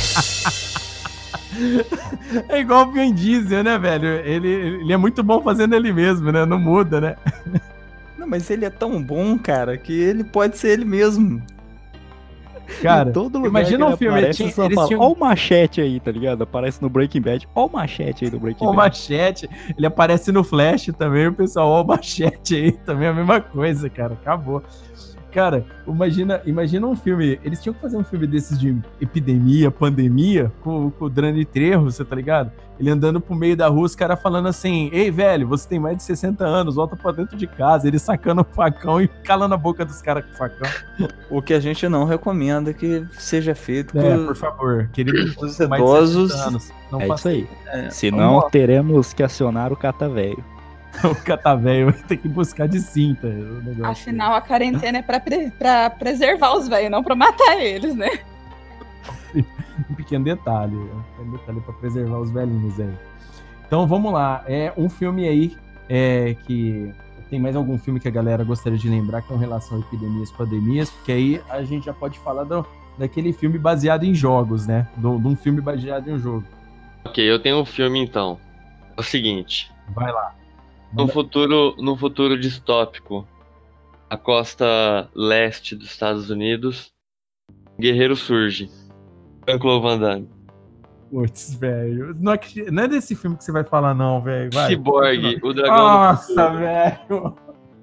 S2: É igual o Vin Diesel, né, velho? Ele é muito bom fazendo ele mesmo, né? Não muda, né?
S6: Não, mas ele é tão bom, cara, que ele pode ser ele mesmo.
S2: Cara,
S5: Em todo lugar
S2: imagina
S5: que
S2: um filme,
S5: aparece, só
S2: eles
S5: fala,
S2: tinham...
S5: ó o Machete aí, tá ligado? Aparece no Breaking Bad. Ó o Machete aí do Breaking
S2: O
S5: Bad.
S2: Machete, ele aparece no Flash também, o pessoal, ó o Machete aí, também é a mesma coisa, cara, acabou. Cara, imagina um filme, eles tinham que fazer um filme desses de epidemia, pandemia, com o Danny Trejo, você tá ligado? Ele andando pro meio da rua, os caras falando assim, ei, velho, você tem mais de 60 anos, volta pra dentro de casa, ele sacando o facão e calando a boca dos caras com o facão.
S6: O que a gente não recomenda que seja feito
S2: Por favor, queridos
S6: os idosos.
S2: não
S5: É
S2: faça
S5: isso aí. Senão teremos que acionar o Catavelho.
S2: O catavelho vai ter que buscar de cinta o negócio.
S3: Afinal, a quarentena é pra preservar os velhos, não pra matar eles, né?
S2: Um pequeno detalhe pra preservar os velhinhos aí. Então vamos lá, um filme aí que tem mais algum filme que a galera gostaria de lembrar com relação a epidemias, pandemias, porque aí a gente já pode falar daquele filme baseado em jogos, né? De um filme baseado em um jogo.
S7: Ok, eu tenho um filme então. É o seguinte.
S2: Vai lá.
S7: No futuro distópico, a costa leste dos Estados Unidos, um guerreiro surge. Jean-Claude Van Damme.
S2: Putz, velho. Não é desse filme que você vai falar, não, velho.
S7: Cyborg, o dragão.
S2: Nossa, velho.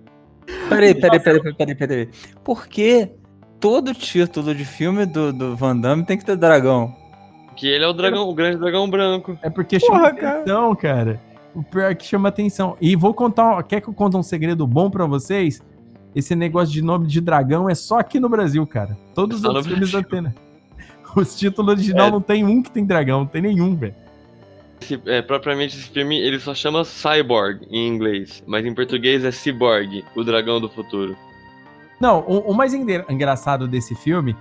S6: Peraí. Por que todo título de filme do Van Damme tem que ter dragão?
S7: Que ele é o dragão, o grande dragão branco.
S2: É porque chama atenção, cara. O pior é que chama atenção. E vou contar... Quer que eu conte um segredo bom pra vocês? Esse negócio de nome de dragão é só aqui no Brasil, cara. Todos os outros filmes da Tena. Os títulos original não tem um que tem dragão. Não tem nenhum, velho.
S7: Propriamente esse filme, ele só chama Cyborg em inglês. Mas em português é Cyborg, o dragão do futuro.
S2: Não, o mais engraçado desse filme...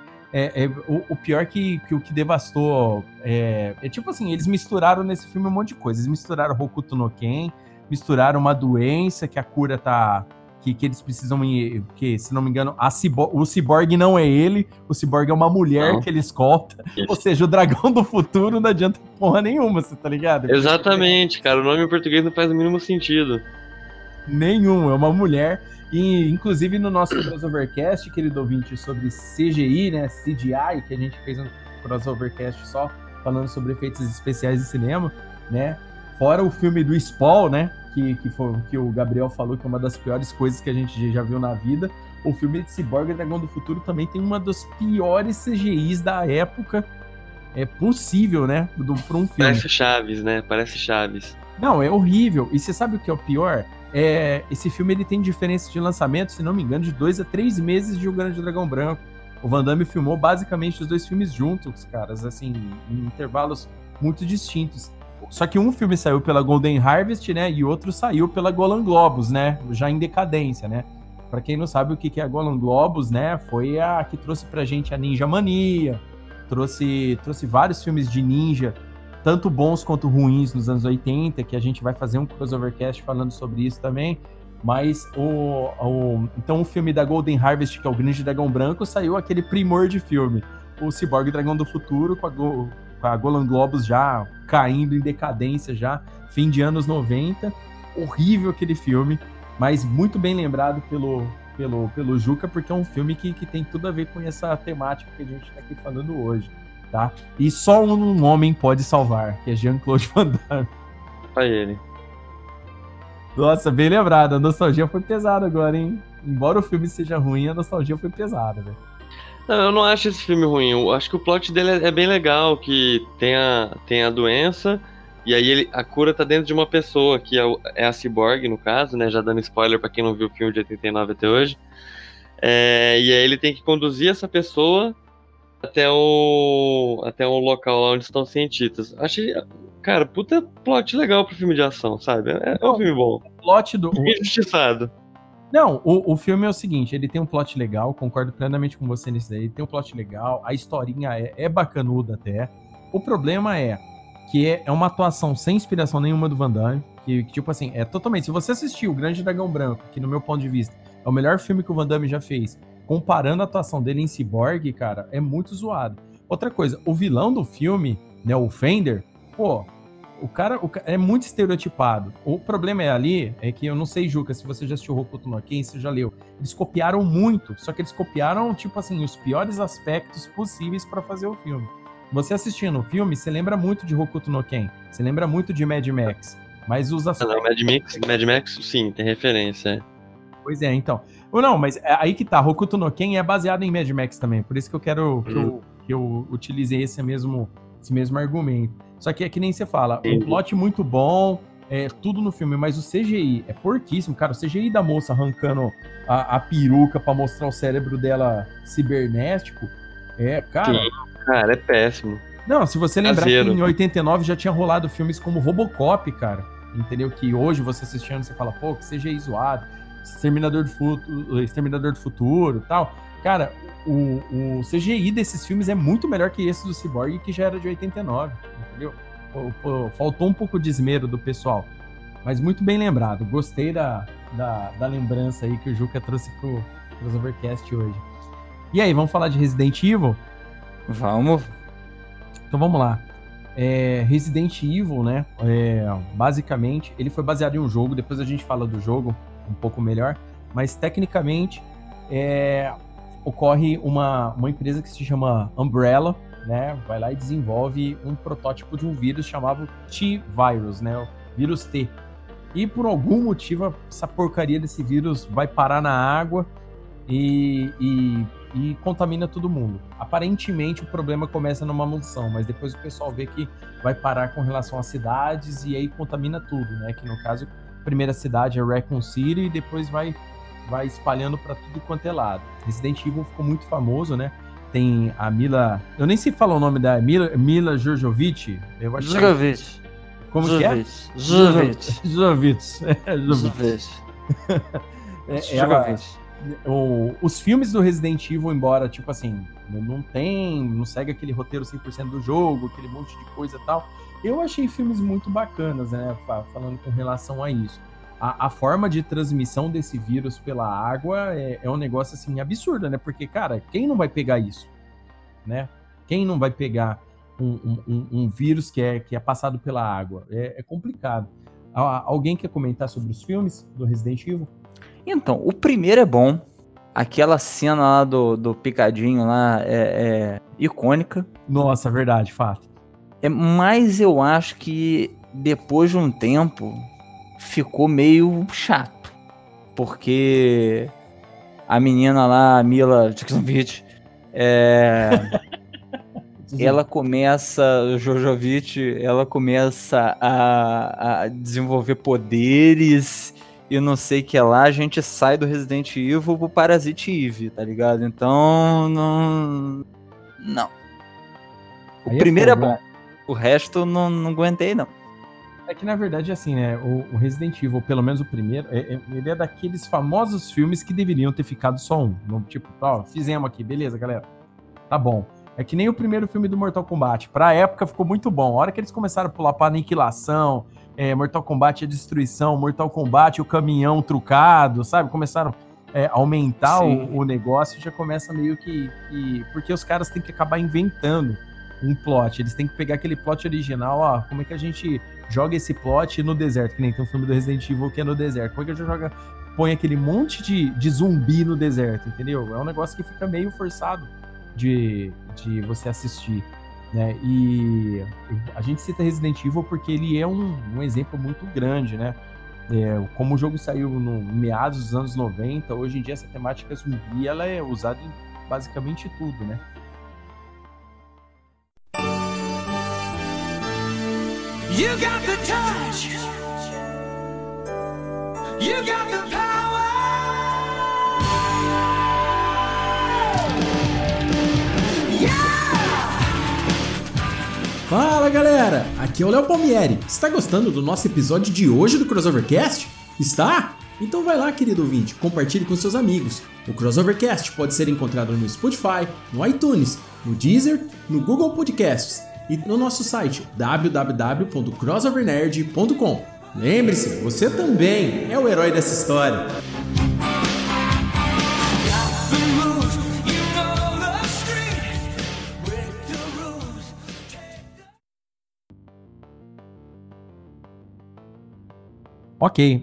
S2: o pior que o que devastou tipo assim, eles misturaram nesse filme um monte de coisa. Eles misturaram Hokuto no Ken, misturaram uma doença que a cura tá... Que eles precisam... Que, se não me engano, o Cyborg não é ele, o Cyborg é uma mulher que ele escolta. Ou seja, o dragão do futuro não adianta porra nenhuma, você tá ligado?
S7: Exatamente, cara. O nome em português não faz o mínimo sentido.
S2: Nenhum, é uma mulher... E, inclusive, no nosso crossovercast, querido ouvinte, sobre CGI, né, CGI, que a gente fez um crossovercast só falando sobre efeitos especiais de cinema, né, fora o filme do Spawn, né, que o Gabriel falou que é uma das piores coisas que a gente já viu na vida, o filme de Cyborg e Dragão do Futuro também tem uma das piores CGIs da época possível, né, pra um filme.
S7: Parece Chaves, né, parece Chaves.
S2: Não, é horrível. E você sabe o que é o pior? Esse filme ele tem diferença de lançamento, se não me engano, de 2 a 3 meses de O Grande Dragão Branco. O Van Damme filmou basicamente os dois filmes juntos, caras, assim, em intervalos muito distintos. Só que um filme saiu pela Golden Harvest, né, e outro saiu pela Golan Globus, né, já em decadência, né. Pra quem não sabe o que é a Golan Globus, né, foi a que trouxe pra gente a Ninja Mania, trouxe vários filmes de ninja, tanto bons quanto ruins nos anos 80, que a gente vai fazer um crossovercast falando sobre isso também, mas então o filme da Golden Harvest, que é o Grande Dragão Branco, saiu aquele primor de filme, o Cyborg Dragão do Futuro, com a Golan Globus já caindo em decadência já, fim de anos 90, horrível aquele filme, mas muito bem lembrado pelo Juca, porque é um filme que tem tudo a ver com essa temática que a gente está aqui falando hoje, tá? E só um homem pode salvar, que é Jean-Claude Van Damme.
S7: Pra ele.
S2: Nossa, bem lembrado, a nostalgia foi pesada agora, hein? Embora o filme seja ruim, a nostalgia foi pesada, velho.
S7: Não, eu não acho esse filme ruim. Eu acho que o plot dele é bem legal, que tem a doença, e aí a cura tá dentro de uma pessoa, que é a Cyborg, no caso, né? Já dando spoiler pra quem não viu o filme de 89 até hoje. E aí ele tem que conduzir essa pessoa até um local lá onde estão os cientistas. Achei, cara, puta plot legal pro filme de ação, sabe? É um filme bom.
S2: O plot do...
S7: Injustiçado.
S2: Não, o filme é o seguinte, ele tem um plot legal, concordo plenamente com você nisso daí, ele tem um plot legal, a historinha é bacanuda até. O problema é que é uma atuação sem inspiração nenhuma do Van Damme, que tipo assim, é totalmente... Se você assistiu O Grande Dragão Branco, que no meu ponto de vista é o melhor filme que o Van Damme já fez, comparando a atuação dele em Cyborg, cara, é muito zoado. Outra coisa, o vilão do filme, né, o Fender, pô... O cara é muito estereotipado. O problema é que eu não sei, Juca, se você já assistiu Hokuto no Ken, você já leu. Eles copiaram muito, só que eles copiaram, tipo assim, os piores aspectos possíveis pra fazer o filme. Você assistindo o filme, você lembra muito de Hokuto no Ken, você lembra muito de Mad Max, mas os aspectos...
S7: Não, Mad Max, sim, tem referência.
S2: Pois é, então. Não, mas aí que tá, Hokuto no Ken é baseado em Mad Max também, por isso que eu quero que eu utilizei esse mesmo argumento. Só que é que nem você fala, um plot muito bom, tudo no filme, mas o CGI é porquíssimo, cara. O CGI da moça arrancando a peruca pra mostrar o cérebro dela cibernético, cara...
S7: Sim, cara, é péssimo.
S2: Não, se você lembrar que em 89 já tinha rolado filmes como Robocop, cara, entendeu? Que hoje você assistindo, você fala, pô, que CGI zoado, Exterminador do Futuro e tal. Cara, o CGI desses filmes é muito melhor que esse do Cyborg, que já era de 89, entendeu? Faltou um pouco de esmero do pessoal, mas muito bem lembrado. Gostei da lembrança aí que o Juca trouxe pro Crossovercast hoje. E aí, vamos falar de Resident Evil?
S6: Vamos.
S2: Então vamos lá. Resident Evil, né? Basicamente, ele foi baseado em um jogo, depois a gente fala do jogo um pouco melhor, mas tecnicamente ocorre uma empresa que se chama Umbrella, né? Vai lá e desenvolve um protótipo de um vírus chamado T-Virus, né? O vírus T. E por algum motivo essa porcaria desse vírus vai parar na água e contamina todo mundo. Aparentemente o problema começa numa mansão, mas depois o pessoal vê que vai parar com relação às cidades e aí contamina tudo, né? Que no caso, a primeira cidade é Raccoon City e depois vai espalhando para tudo quanto é lado. Resident Evil ficou muito famoso, né? Tem a Mila... Eu nem sei falar o nome da Mila Jovovich. Eu acho
S6: Jovovich.
S2: Como que é? Jovovich. Os filmes do Resident Evil, embora, tipo assim, não segue aquele roteiro 100% do jogo, aquele monte de coisa e tal, eu achei filmes muito bacanas, né? Falando com relação a isso. A forma de transmissão desse vírus pela água é um negócio, assim, absurdo, né? Porque, cara, quem não vai pegar isso, né? Quem não vai pegar um vírus que é passado pela água? É complicado. Alguém quer comentar sobre os filmes do Resident Evil?
S6: Então, o primeiro é bom. Aquela cena lá do picadinho lá é icônica.
S2: Nossa, verdade, fato.
S6: Mas eu acho que depois de um tempo ficou meio chato, porque a menina lá, a Mila Jovovich, ela começa a desenvolver poderes e não sei o que lá, a gente sai do Resident Evil pro Parasite Eve, tá ligado? Então, não. O primeiro é bom, o resto não aguentei, não.
S2: É que, na verdade, assim, né, o Resident Evil, pelo menos o primeiro, ele é daqueles famosos filmes que deveriam ter ficado só um. Tipo, fizemos aqui, beleza, galera. Tá bom. É que nem o primeiro filme do Mortal Kombat. Pra época ficou muito bom. A hora que eles começaram a pular pra aniquilação, Mortal Kombat a destruição, Mortal Kombat o caminhão trucado, sabe? Começaram a aumentar o negócio, já começa meio que... Porque os caras têm que acabar inventando um plot. Eles têm que pegar aquele plot original, ó, como é que a gente joga esse plot no deserto, que nem tem um filme do Resident Evil que é no deserto. Como é que a gente põe aquele monte de zumbi no deserto, entendeu? É um negócio que fica meio forçado de você assistir, né? E a gente cita Resident Evil porque ele é um exemplo muito grande, né? Como o jogo saiu no meados dos anos 90, hoje em dia essa temática zumbi ela é usada em basicamente tudo, né?
S8: You got the touch. You got the power.
S1: Fala galera, aqui é o Léo Palmieri. Está gostando do nosso episódio de hoje do Crossovercast? Está? Então vai lá, querido ouvinte, compartilhe com seus amigos. O Crossovercast pode ser encontrado no Spotify, no iTunes, no Deezer, no Google Podcasts e no nosso site www.crossovernerd.com. Lembre-se, você também é o herói dessa história.
S2: Ok,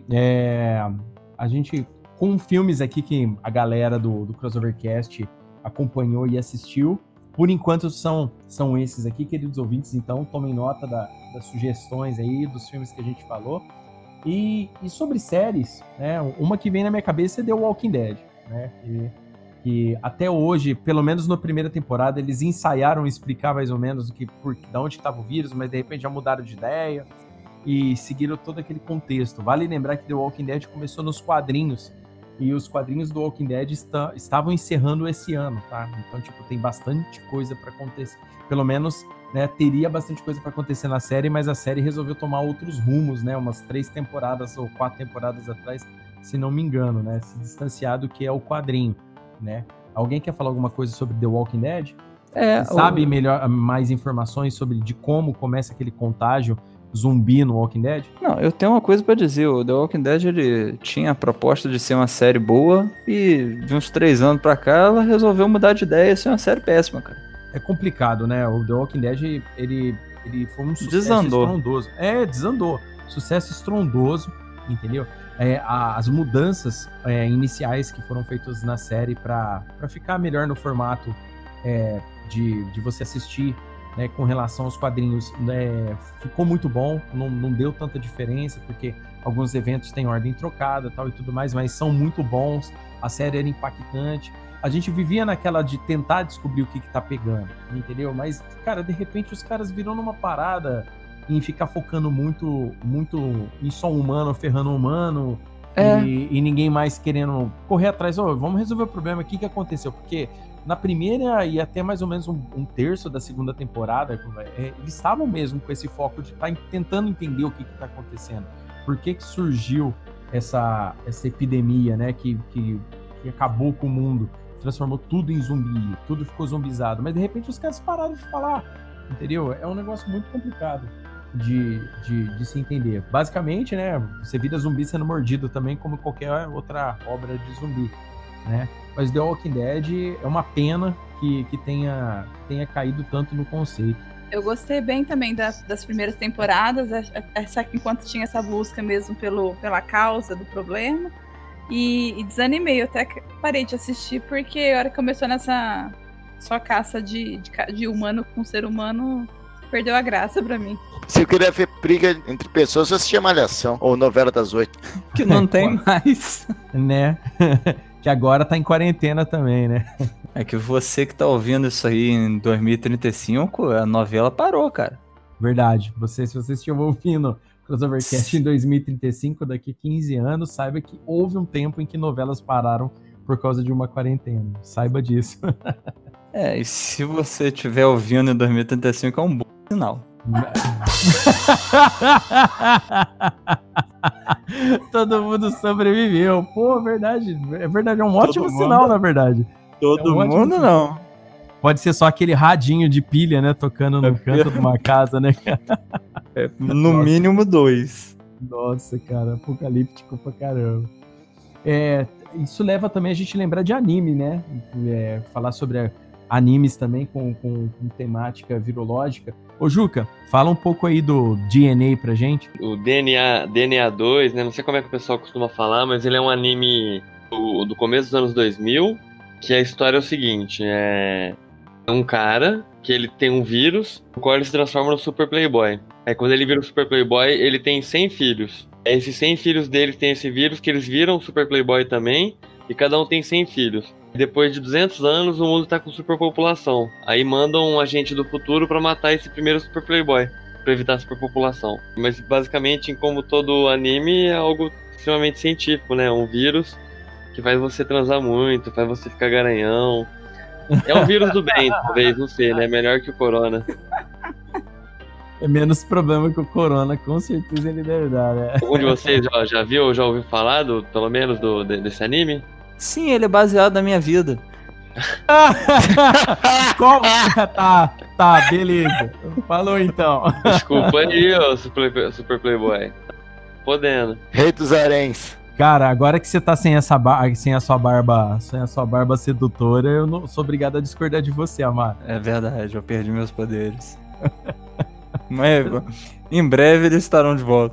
S2: a gente, com filmes aqui que a galera do Crossovercast acompanhou e assistiu, por enquanto são esses aqui, queridos ouvintes, então tomem nota das sugestões aí, dos filmes que a gente falou. E sobre séries, né, uma que vem na minha cabeça é The Walking Dead, né, que até hoje, pelo menos na primeira temporada, eles ensaiaram explicar mais ou menos de onde estava o vírus, mas de repente já mudaram de ideia e seguiram todo aquele contexto. Vale lembrar que The Walking Dead começou nos quadrinhos, e os quadrinhos do Walking Dead estavam encerrando esse ano, tá? Então, tem bastante coisa para acontecer. Pelo menos, né, teria bastante coisa para acontecer na série, mas a série resolveu tomar outros rumos, né? Umas 3 temporadas ou 4 temporadas atrás, se não me engano, né? Se distanciar do que é o quadrinho, né? Alguém quer falar alguma coisa sobre The Walking Dead? Sabe mais informações sobre de como começa aquele contágio zumbi no Walking Dead?
S6: Não, eu tenho uma coisa pra dizer. O The Walking Dead, ele tinha a proposta de ser uma série boa e de uns 3 anos pra cá ela resolveu mudar de ideia e ser uma série péssima, cara.
S2: É complicado, né? O The Walking Dead, ele foi um sucesso estrondoso. Desandou. Sucesso estrondoso, entendeu? As mudanças iniciais que foram feitas na série pra ficar melhor no formato de você assistir, né, com relação aos quadrinhos, ficou muito bom, não deu tanta diferença, porque alguns eventos têm ordem trocada tal, e tudo mais, mas são muito bons, a série era impactante, a gente vivia naquela de tentar descobrir o que tá pegando, entendeu? Mas, cara, de repente os caras viram numa parada em ficar focando muito, muito em só um humano, ferrando um humano, e ninguém mais querendo correr atrás, vamos resolver o problema, o que aconteceu? Porque na primeira e até mais ou menos um terço da segunda temporada, eles estavam mesmo com esse foco de estar tentando entender o que está acontecendo. Por que surgiu essa epidemia, né, que acabou com o mundo, transformou tudo em zumbi, tudo ficou zumbizado. Mas de repente os caras pararam de falar, entendeu? É um negócio muito complicado de se entender. Basicamente, né, você vira zumbi sendo mordido também, como qualquer outra obra de zumbi, né? Mas The Walking Dead é uma pena que tenha caído tanto no conceito.
S3: Eu gostei bem também das primeiras temporadas, enquanto tinha essa busca mesmo pela causa do problema. E desanimei, eu até parei de assistir, porque a hora que começou nessa só caça de humano com ser humano, perdeu a graça pra mim.
S4: Se eu queria ver briga entre pessoas, eu assistia Malhação ou Novela das 8.
S6: Que não tem mais.
S2: Né? Que agora tá em quarentena também, né?
S6: É que você que tá ouvindo isso aí em 2035, a novela parou, cara.
S2: Verdade. Se você estiver ouvindo Crossovercast em 2035, daqui 15 anos, saiba que houve um tempo em que novelas pararam por causa de uma quarentena. Saiba disso.
S6: E se você estiver ouvindo em 2035, é um bom sinal.
S2: Todo mundo sobreviveu. Pô, verdade. É verdade, é um ótimo sinal, na verdade.
S6: Todo mundo não.
S2: Pode ser só aquele radinho de pilha, né? Tocando no canto de uma casa, né?
S6: No mínimo 2.
S2: Nossa, cara. Apocalíptico pra caramba. Isso leva também a gente a lembrar de anime, né? Falar sobre animes também com temática virológica. Ô Juca, fala um pouco aí do DNA pra gente.
S7: O DNA 2, né? Não sei como é que o pessoal costuma falar, mas ele é um anime do começo dos anos 2000, que a história é o seguinte, é um cara que ele tem um vírus, no qual ele se transforma no Super Playboy. Aí quando ele vira o Super Playboy, ele tem 100 filhos. Esses 100 filhos dele têm esse vírus, que eles viram o Super Playboy também, e cada um tem 100 filhos. Depois de 200 anos, o mundo tá com superpopulação. Aí mandam um agente do futuro pra matar esse primeiro Super Playboy, pra evitar a superpopulação. Mas basicamente, como todo anime, é algo extremamente científico, né? Um vírus que faz você transar muito, faz você ficar garanhão. É um vírus do bem, talvez, não sei, né? Melhor que o corona.
S2: É menos problema que o corona, com certeza ele deve dar, né?
S7: Algum de vocês já viu ou já ouviu falar, pelo menos, desse anime?
S6: Sim, ele é baseado na minha vida.
S2: Tá, beleza. Falou então.
S7: Desculpa aí, ô Super Playboy. Podendo.
S4: Rei dos aréns.
S2: Cara, agora que você tá sem a sua barba sedutora, eu não sou obrigado a discordar de você, Amaro.
S6: É verdade, eu perdi meus poderes. Mas em breve eles estarão de volta.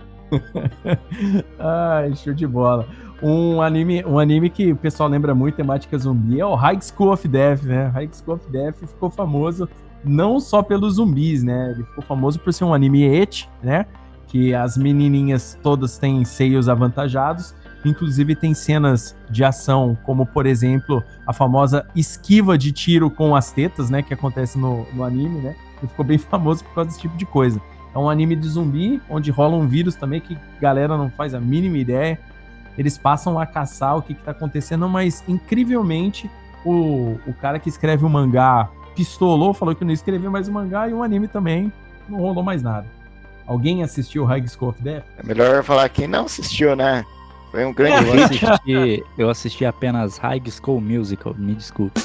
S2: Ai, show de bola. Um anime que o pessoal lembra muito, temática zumbi, é o High School of Death, né? High School of Death ficou famoso não só pelos zumbis, né? Ele ficou famoso por ser um anime ecchi, né? Que as menininhas todas têm seios avantajados, inclusive tem cenas de ação, como por exemplo, a famosa esquiva de tiro com as tetas, né? Que acontece no anime, né? Ele ficou bem famoso por causa desse tipo de coisa. É um anime de zumbi, onde rola um vírus também que a galera não faz a mínima ideia. Eles passam a caçar o que tá acontecendo, mas incrivelmente o cara que escreve o mangá pistolou, falou que não escreveu mais o mangá, e o anime também não rolou mais nada. Alguém assistiu High School of Death?
S4: É melhor falar quem não assistiu, né? Foi um grande hit.
S5: Eu assisti apenas High School Musical, me desculpe.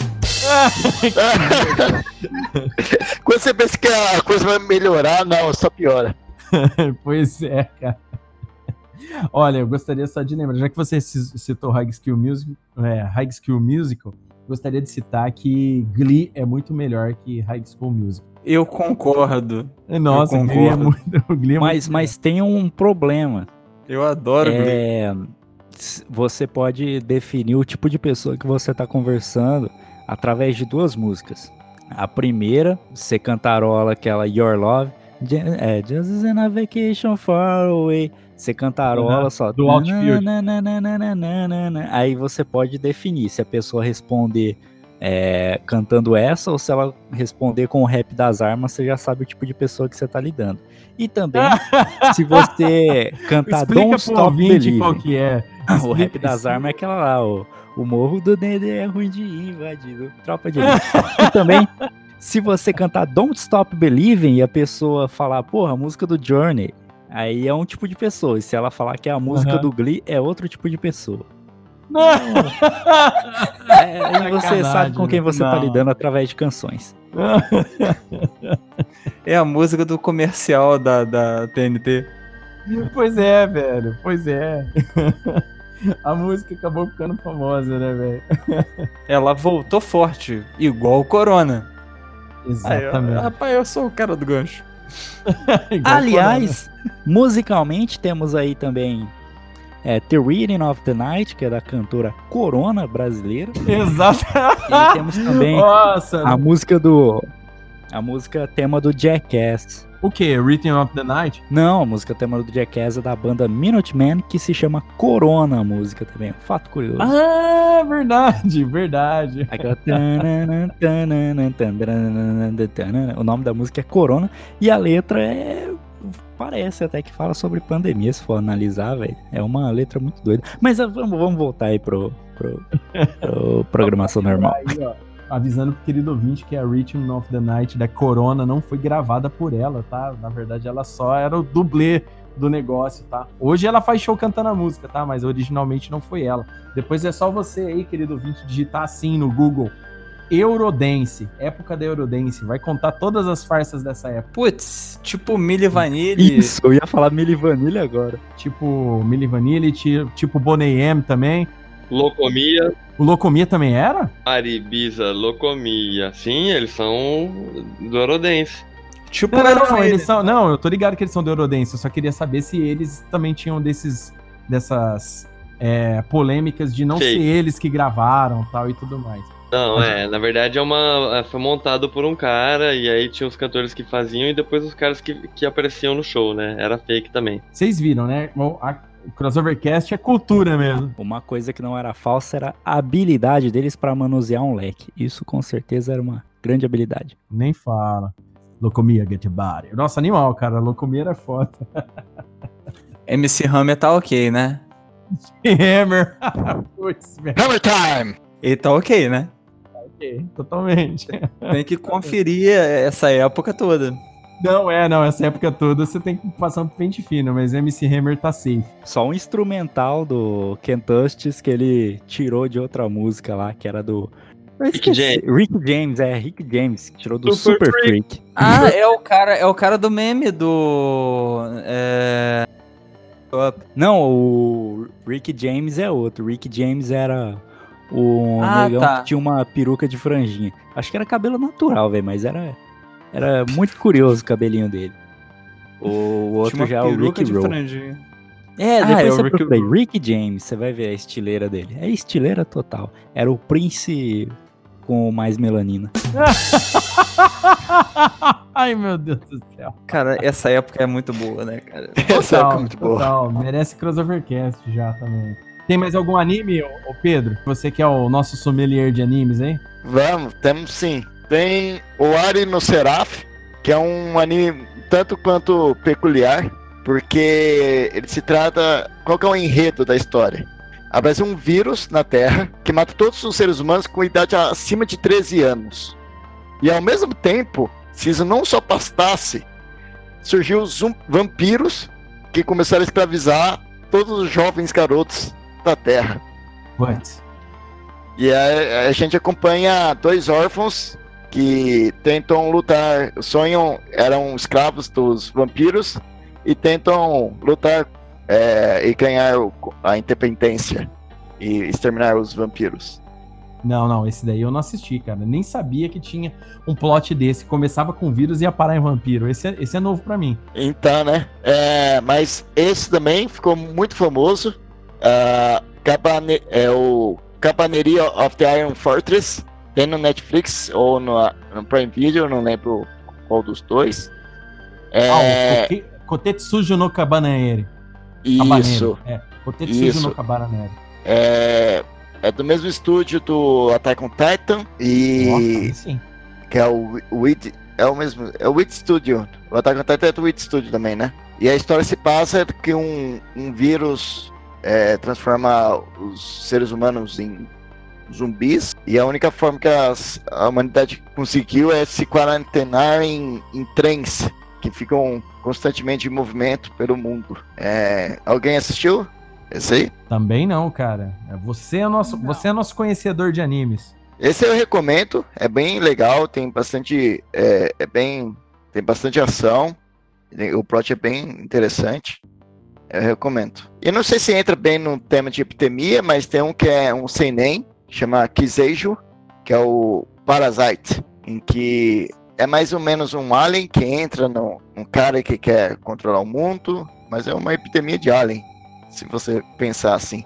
S4: Quando você pensa que a coisa vai melhorar, não, só piora.
S2: Pois é, cara. Olha, eu gostaria só de lembrar, já que você citou High School Musical, gostaria de citar que Glee é muito melhor que High School Musical.
S6: Eu concordo.
S2: Nossa,
S6: eu
S2: Glee é
S6: concordo.
S2: muito
S5: Mas tem um problema.
S6: Eu adoro Glee.
S5: Você pode definir o tipo de pessoa que você está conversando através de duas músicas. A primeira, você cantarola aquela Your Love, Just in a Vacation Far Away. Você cantarola só
S2: do Outfield.
S5: Aí você pode definir se a pessoa responder cantando essa, ou se ela responder com o rap das armas, você já sabe o tipo de pessoa que você tá lidando. E também, se você cantar Don't Stop Believing,
S2: qual que é.
S5: O rap das armas é aquela lá, o Morro do Dedé é ruim de invadir, tropa de elite. E também, se você cantar Don't Stop Believing e a pessoa falar, porra, a música do Journey, aí é um tipo de pessoa. E se ela falar que é a música do Glee, é outro tipo de pessoa. E você sabe com quem você tá lidando através de canções.
S6: É a música do comercial da TNT.
S2: Pois é, velho. Pois é. A música acabou ficando famosa, né, velho?
S6: Ela voltou forte, igual o Corona.
S2: Exatamente.
S6: Rapaz, eu sou o cara do gancho.
S5: Aliás, musicalmente temos aí também The Reading of the Night, que é da cantora Corona brasileira.
S2: Exato.
S5: E temos também a música tema do Jackass.
S2: O que? Reading of the Night?
S5: Não, a música tema do Jackass é da banda Minutemen, que se chama Corona, a música também. Fato curioso.
S2: Ah, verdade.
S5: Aquela... O nome da música é Corona e a letra parece até que fala sobre pandemia, se for analisar, velho. É uma letra muito doida. Mas vamos voltar aí pro programação normal.
S2: Aí, ó, avisando pro querido ouvinte que a Rhythm of the Night da Corona não foi gravada por ela, tá? Na verdade, ela só era o dublê do negócio, tá? Hoje ela faz show cantando a música, tá? Mas originalmente não foi ela. Depois é só você aí, querido ouvinte, digitar assim no Google: Eurodance, época da Eurodance. Vai contar todas as farsas dessa época.
S6: Putz, tipo Milli Vanilli.
S5: Isso, eu ia falar Milli Vanilli agora.
S2: Tipo Milli Vanilli, tipo Boney M também.
S7: Locomia.
S2: O Locomia também era?
S7: Aribisa, Locomia. Sim, eles são do Orodense.
S6: Tipo,
S2: Não, eles são. Não, eu tô ligado que eles são do Eurodense. Eu só queria saber se eles também tinham dessas polêmicas de não
S7: Fake.
S2: ser eles que gravaram tal e tudo mais.
S7: Não, na verdade foi montado por um cara, e aí tinha os cantores que faziam e depois os caras que apareciam no show, né? Era fake também.
S2: Vocês viram, né? O Crossovercast é cultura mesmo.
S5: Uma coisa que não era falsa era a habilidade deles pra manusear um leque. Isso com certeza era uma grande habilidade.
S2: Nem fala. Locomia, get your body. Nossa, animal, cara. Locomia era foda.
S6: MC Hammer tá ok, né?
S2: Hammer. Putz, velho.
S4: Hammer time!
S6: Ele tá ok, né?
S2: Ok, totalmente.
S6: Tem que conferir essa época toda.
S2: Não, essa época toda você tem que passar um pente fino, mas MC Hammer tá safe.
S5: Só um instrumental do Kentucky que ele tirou de outra música lá, que era do...
S7: Rick James.
S5: Rick James, que tirou do Super Freak.
S6: Ah, é o cara do meme do...
S5: Não, o Rick James é outro. O Rick James era o negão que tinha uma peruca de franjinha. Acho que era cabelo natural, velho, mas era muito curioso o cabelinho dele. O outro já é o Rick Roll. Depois você procura aí, Rick James, você vai ver a estileira dele. É estileira total. Era o Prince com mais melanina.
S2: Ai, meu Deus do céu.
S6: Cara, essa época é muito boa, né, cara?
S4: Essa é muito boa.
S2: Total. Merece Crossovercast já também. Tem mais algum anime, ô Pedro? Você que é o nosso sommelier de animes, hein?
S4: Vamos, temos sim. Tem o Ari no Seraph, que é um anime tanto quanto peculiar, porque ele se trata... Qual que é o enredo da história? Aparece um vírus na Terra que mata todos os seres humanos com idade acima de 13 anos. E ao mesmo tempo, se isso não só bastasse, surgiu os vampiros que começaram a escravizar todos os jovens garotos da Terra.
S2: What?
S4: E a gente acompanha dois órfãos que tentam lutar, eram escravos dos vampiros e tentam lutar e ganhar a independência e exterminar os vampiros.
S2: Não, esse daí eu não assisti, cara. Nem sabia que tinha um plot desse. Começava com vírus e ia parar em vampiro. Esse é novo pra mim.
S4: Então, né? Mas esse também ficou muito famoso. O Cabaneria of the Iron Fortress. Tem no Netflix ou no Prime Video, não lembro qual dos dois.
S2: O Kotetsujo no Cabaneiri.
S4: Isso.
S2: Kotetsujo no Cabaneiri.
S4: É do mesmo estúdio do Attack on Titan
S2: Nossa, sim.
S4: Que é o Wit. É o mesmo. É o Wit Studio. O Attack on Titan é do Wit Studio também, né? E a história se passa que um vírus transforma os seres humanos em zumbis. E a única forma que a humanidade conseguiu é se quarentenar em trens que ficam constantemente em movimento pelo mundo. Alguém assistiu? Esse aí?
S2: Também não, cara. Você é nosso conhecedor de animes.
S4: Esse eu recomendo, é bem legal, tem bastante tem bastante ação, o plot é bem interessante, eu recomendo. E não sei se entra bem no tema de epidemia, mas tem um que é um seinen, chama Kiseiju, que é o Parasite, em que é mais ou menos um alien que entra num cara que quer controlar o mundo, mas é uma epidemia de alien, se você pensar assim.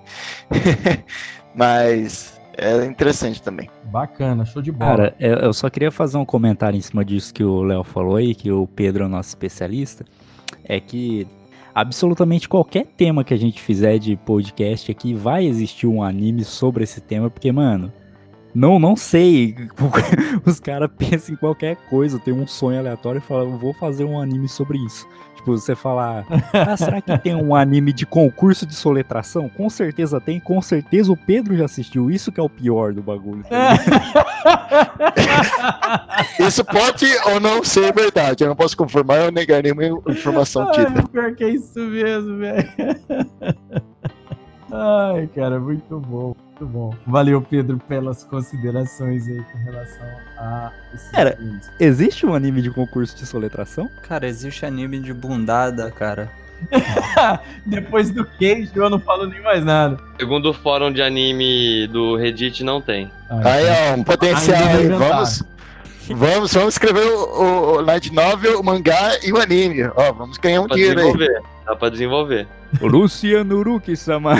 S4: Mas é interessante também.
S2: Bacana, show de bola.
S5: Cara, eu só queria fazer um comentário em cima disso que o Léo falou aí, que o Pedro é o nosso especialista, é que absolutamente qualquer tema que a gente fizer de podcast aqui vai existir um anime sobre esse tema, porque, mano, não sei, os caras pensam em qualquer coisa, tem um sonho aleatório e falam, eu vou fazer um anime sobre isso. Tipo, você falar, será que tem um anime de concurso de soletração? Com certeza tem, com certeza o Pedro já assistiu, isso que é o pior do bagulho.
S4: Isso pode ou não ser verdade, eu não posso confirmar ou negar nenhuma informação tida.
S2: Pior que é isso mesmo, velho. Ai, cara, muito bom. Muito bom. Valeu, Pedro, pelas considerações aí com relação a esses filmes.
S5: Existe um anime de concurso de soletração?
S6: Cara, existe anime de bundada, cara.
S2: Depois do Queijo, eu não falo nem mais nada.
S7: Segundo o fórum de anime do Reddit, não tem.
S4: Aí, ó, um potencial
S2: Ainda
S4: aí.
S2: inventaram.
S4: Vamos escrever o light novel, o mangá e o anime. Ó, vamos ganhar um
S7: Pra
S4: dinheiro aí.
S7: desenvolver. Dá pra desenvolver.
S5: Luciano Huck-sama.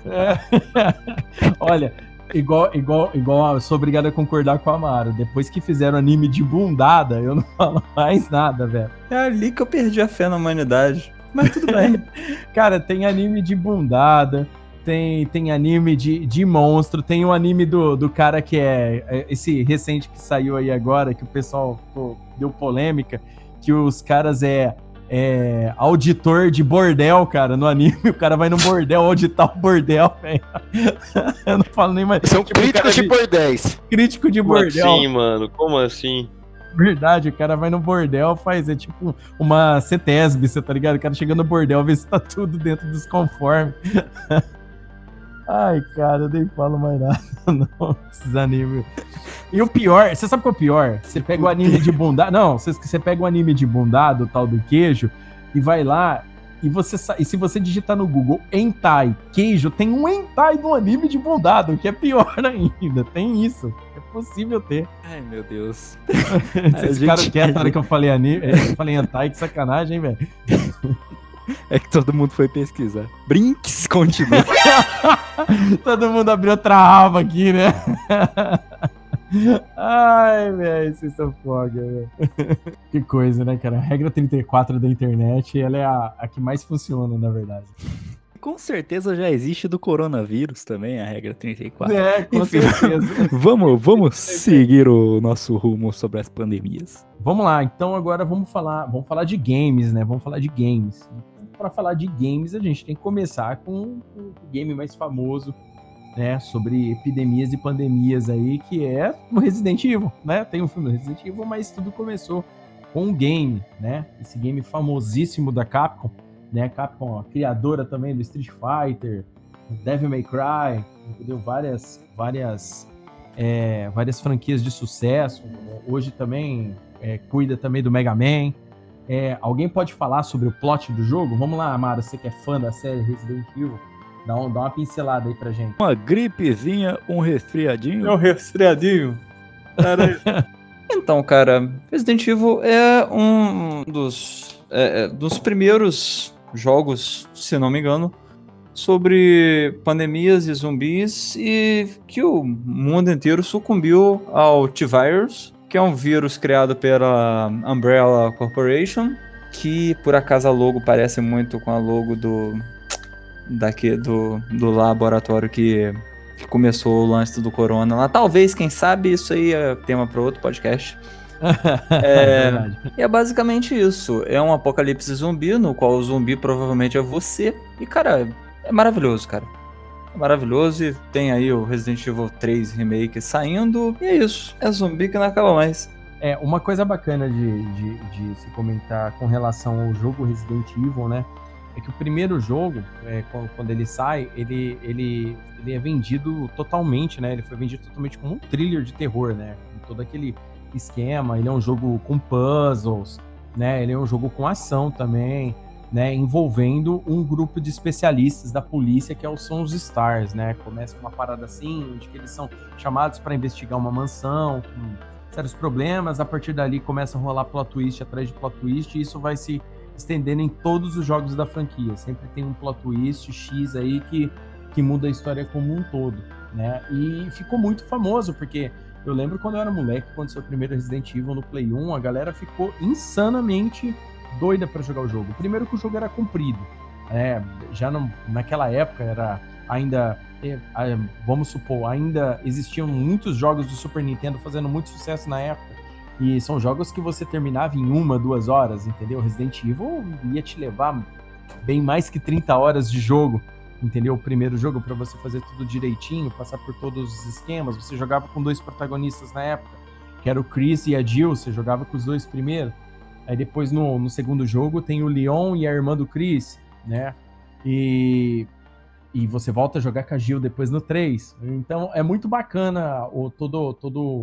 S2: Olha, igual, eu sou obrigado a concordar com a Amaro. Depois que fizeram anime de bundada, eu não falo mais nada, velho.
S6: É ali que eu perdi a fé na humanidade. Mas tudo bem.
S2: Cara, tem anime de bundada, tem anime de monstro, tem um anime do cara que é esse recente que saiu aí agora, que o pessoal deu polêmica, que os caras é auditor de bordel, cara, no anime. O cara vai no bordel auditar o bordel, velho. Eu não falo nem mais.
S4: São
S2: Tipo,
S4: críticos de bordéis.
S2: Crítico de
S7: Como
S2: bordel.
S7: assim, mano? Como assim?
S2: Verdade, o cara vai no bordel, é tipo uma CETESB, você tá ligado? O cara chega no bordel, vê se tá tudo dentro dos conformes. Ai, cara, eu nem falo mais nada, não, esses animes. E o pior, você sabe qual é o pior? Você pega o anime de bundada, não, você pega o anime de bundada, o tal do queijo, e vai lá, e se você digitar no Google hentai, queijo, tem um hentai do anime de bundada, o que é pior ainda, tem isso, é possível ter.
S5: Ai, meu Deus.
S2: Vocês ficaram quietos na hora que eu falei anime, eu falei hentai, que sacanagem, hein, velho?
S5: É que todo mundo foi pesquisar. Brinks continua.
S2: Todo mundo abriu outra aba aqui, né? Ai, velho, vocês são foda, velho. Que coisa, né, cara? A regra 34 da internet, ela é a que mais funciona, na verdade.
S5: Com certeza já existe do coronavírus também, a regra 34.
S2: É, com
S5: Enfim,
S2: certeza.
S5: Vamos seguir o nosso rumo sobre as pandemias.
S2: Vamos lá, então agora vamos falar de games, né? Vamos falar de games. Para falar de games, a gente tem que começar com o game mais famoso, né, sobre epidemias e pandemias aí, que é o Resident Evil, né? Tem um filme do Resident Evil, mas tudo começou com um game, né? Esse game famosíssimo da Capcom, né? Capcom, a criadora também do Street Fighter, Devil May Cry, entendeu? Várias franquias de sucesso. Hoje também cuida também do Mega Man. Alguém pode falar sobre o plot do jogo? Vamos lá, Amara, você que é fã da série Resident Evil, dá uma pincelada aí pra gente.
S5: Uma gripezinha, um resfriadinho.
S2: resfriadinho.
S6: Então, cara, Resident Evil é um dos primeiros jogos, se não me engano, sobre pandemias e zumbis e que o mundo inteiro sucumbiu ao T-Virus, que é um vírus criado pela Umbrella Corporation, que por acaso a logo parece muito com a logo do laboratório que começou o lance do corona lá. Talvez, quem sabe, isso aí é tema para outro podcast.
S2: Verdade.
S6: E é basicamente isso. É um apocalipse zumbi, no qual o zumbi provavelmente é você. E, cara, é maravilhoso, cara. É maravilhoso. E tem aí o Resident Evil 3 Remake saindo. E é isso. É zumbi que não acaba mais.
S2: Uma coisa bacana de se comentar com relação ao jogo Resident Evil, né? É que o primeiro jogo, quando ele sai, ele é vendido totalmente, né? Ele foi vendido totalmente como um thriller de terror, né? Com todo aquele esquema. Ele é um jogo com puzzles, né? Ele é um jogo com ação também, né? Envolvendo um grupo de especialistas da polícia que são os Stars, né? Começa com uma parada assim, onde que eles são chamados para investigar uma mansão com sérios problemas. A partir dali começa a rolar plot twist atrás de plot twist, e isso vai se estendendo em todos os jogos da franquia. Sempre tem um plot twist X aí que muda a história como um todo, né? E ficou muito famoso, porque eu lembro quando eu era moleque, quando saiu o primeiro Resident Evil no Play 1, a galera ficou insanamente doida pra jogar o jogo. Primeiro que o jogo era comprido, já naquela época era ainda, vamos supor, ainda existiam muitos jogos do Super Nintendo fazendo muito sucesso na época. E são jogos que você terminava em 1, 2 horas, entendeu? Resident Evil ia te levar bem mais que 30 horas de jogo, entendeu? O primeiro jogo, para você fazer tudo direitinho, passar por todos os esquemas. Você jogava com 2 protagonistas na época, que era o Chris e a Jill, você jogava com os 2 primeiro. Aí depois no segundo jogo tem o Leon e a irmã do Chris, né? E você volta a jogar com a Jill depois no 3. Então é muito bacana todo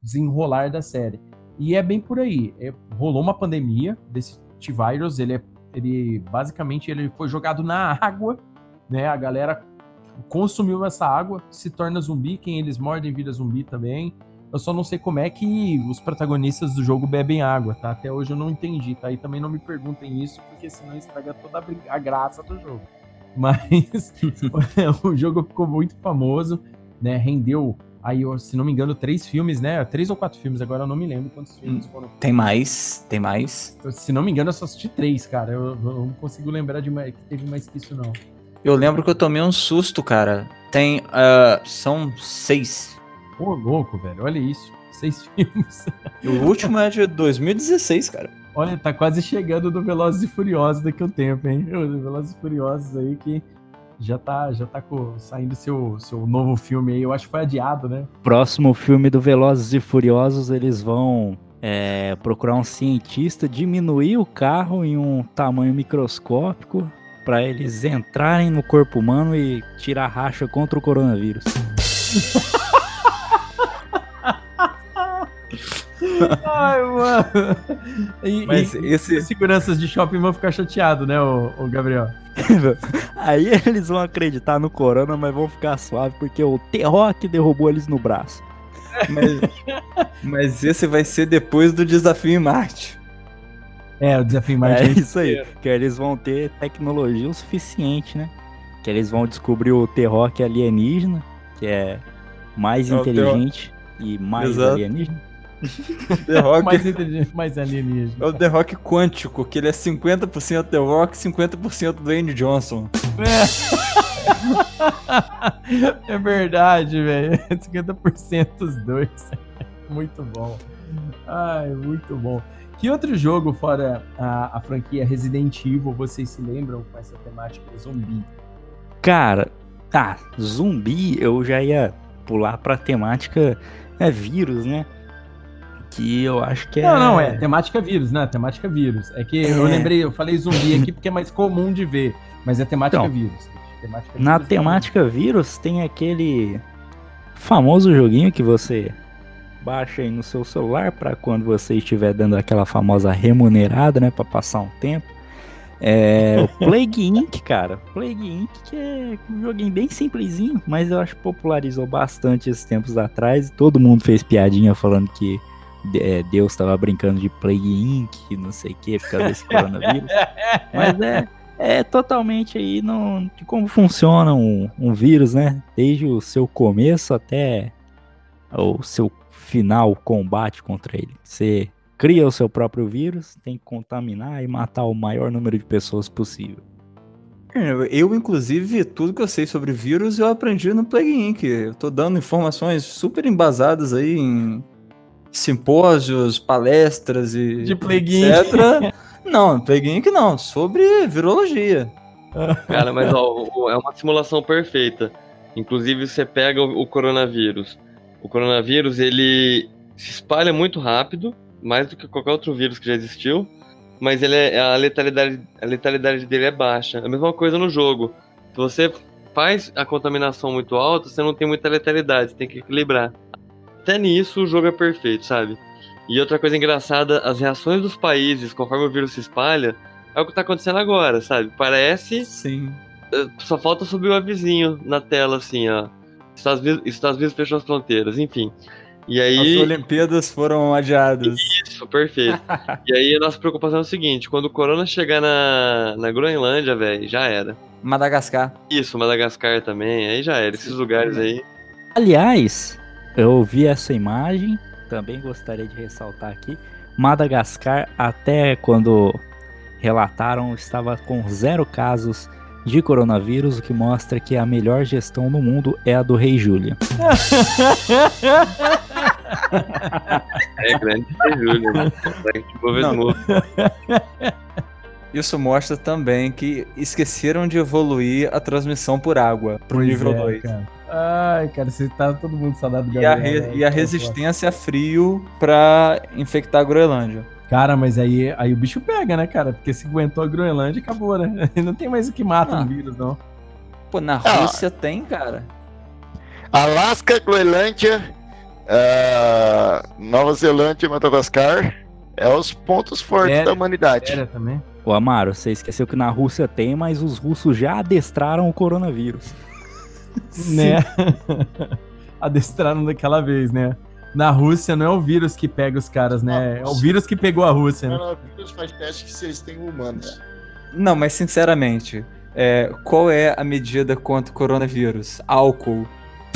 S2: desenrolar da série. E é bem por aí. Rolou uma pandemia desse T-Virus, ele ele basicamente ele foi jogado na água, né? A galera consumiu essa água, se torna zumbi, quem eles mordem vira zumbi também. Eu só não sei como é que os protagonistas do jogo bebem água, tá? Até hoje eu não entendi, tá? E também não me perguntem isso, porque senão estraga toda a graça do jogo. Mas o jogo ficou muito famoso, né? Rendeu, aí, se não me engano, 3 filmes, né? 3 ou 4 filmes, agora eu não me lembro quantos filmes foram.
S6: Tem mais.
S2: Se não me engano, eu só assisti 3, cara. Eu não consigo lembrar de mais, que teve mais que isso, não.
S6: Eu lembro que eu tomei um susto, cara. São 6.
S2: Ô, louco, velho, olha isso. 6 filmes.
S6: E o último é de 2016, cara.
S2: Olha, tá quase chegando do Velozes e Furiosos daqui a um tempo, hein? Os Velozes e Furiosos aí que já tá saindo seu novo filme aí. Eu acho que foi adiado, né?
S5: Próximo filme do Velozes e Furiosos, eles vão procurar um cientista, diminuir o carro em um tamanho microscópico para eles entrarem no corpo humano e tirar racha contra o coronavírus.
S2: Ai, mano.
S6: Mas esse...
S2: Os seguranças de shopping vão ficar chateados, né, o Gabriel?
S5: Aí eles vão acreditar no corona, mas vão ficar suave porque o T-Rock derrubou eles no braço.
S6: Mas esse vai ser depois do Desafio em Marte.
S2: O Desafio em Marte.
S5: É isso aí, que eles vão ter tecnologia o suficiente, né? Que eles vão descobrir o T-Rock alienígena, que é mais inteligente e mais alienígena.
S6: The Rock
S2: mais inteligente, mais alienígena.
S6: É o The Rock quântico, que ele é 50% The Rock, 50% Dwayne Johnson.
S2: É verdade, velho. 50% os dois. Muito bom. Ai, muito bom. Que outro jogo, fora a franquia Resident Evil, vocês se lembram com essa temática zumbi?
S5: Cara, zumbi eu já ia pular pra temática vírus, né? Que eu acho que
S2: é temática vírus, né? Temática vírus. É que eu falei zumbi aqui porque é mais comum de ver, mas é temática vírus.
S5: Na temática vírus tem aquele famoso joguinho que você baixa aí no seu celular para quando você estiver dando aquela famosa remunerada, né? Pra passar um tempo. O Plague Inc, cara. Plague Inc, que é um joguinho bem simplesinho, mas eu acho que popularizou bastante esses tempos atrás. Todo mundo fez piadinha falando que Deus tava brincando de Plague Inc, não sei o que, por causa desse coronavírus. Mas é totalmente aí de como funciona um vírus, né? Desde o seu começo até o seu final combate contra ele. Você cria o seu próprio vírus, tem que contaminar e matar o maior número de pessoas possível.
S6: Eu, inclusive, tudo que eu sei sobre vírus eu aprendi no Plague Inc. Eu tô dando informações super embasadas aí em simpósios, palestras e
S2: de Plague
S6: etc. Não, Plague Inc. não, sobre virologia.
S7: Cara, mas é uma simulação perfeita. Inclusive, você pega o coronavírus. O coronavírus, ele se espalha muito rápido, mais do que qualquer outro vírus que já existiu, mas a letalidade dele é baixa. A mesma coisa no jogo. Se você faz a contaminação muito alta, você não tem muita letalidade, você tem que equilibrar. Até nisso o jogo é perfeito, sabe? E outra coisa engraçada, as reações dos países conforme o vírus se espalha, é o que tá acontecendo agora, sabe? Parece...
S6: Sim.
S7: Só falta subir o avisinho na tela, assim, ó. Estados Unidos fechou as fronteiras, enfim. E aí...
S6: As Olimpíadas foram adiadas.
S7: Isso, perfeito. E aí a nossa preocupação é o seguinte, quando o corona chegar na Groenlândia, velho, já era.
S6: Madagascar.
S7: Isso, Madagascar também, aí já era. Esses lugares aí...
S5: Aliás, eu vi essa imagem, também gostaria de ressaltar aqui. Madagascar, até quando relataram, estava com 0 casos de coronavírus, o que mostra que a melhor gestão no mundo é a do Rei Julian.
S7: Grande Rei Julian.
S6: Isso mostra também que esqueceram de evoluir a transmissão por água pro nível 2.
S2: Cara. Ai, cara, você tá todo mundo saudade do Gabriel.
S6: E a resistência a frio pra infectar a Groenlândia.
S2: Cara, mas aí o bicho pega, né, cara? Porque se aguentou a Groenlândia, acabou, né? Não tem mais o que mata um vírus, não.
S6: Pô, na Rússia tem, cara.
S4: Alasca, Groenlândia, Nova Zelândia e Madagascar é os pontos fortes da humanidade.
S2: Sério também?
S5: Ô Amaro, você esqueceu que na Rússia tem, mas os russos já adestraram o coronavírus.
S2: Né? Adestraram daquela vez, né? Na Rússia não é o vírus que pega os caras, né? É o vírus que pegou a Rússia, né?
S4: O vírus faz teste que vocês têm humanos.
S6: Não, mas sinceramente, qual é a medida contra o coronavírus? Álcool.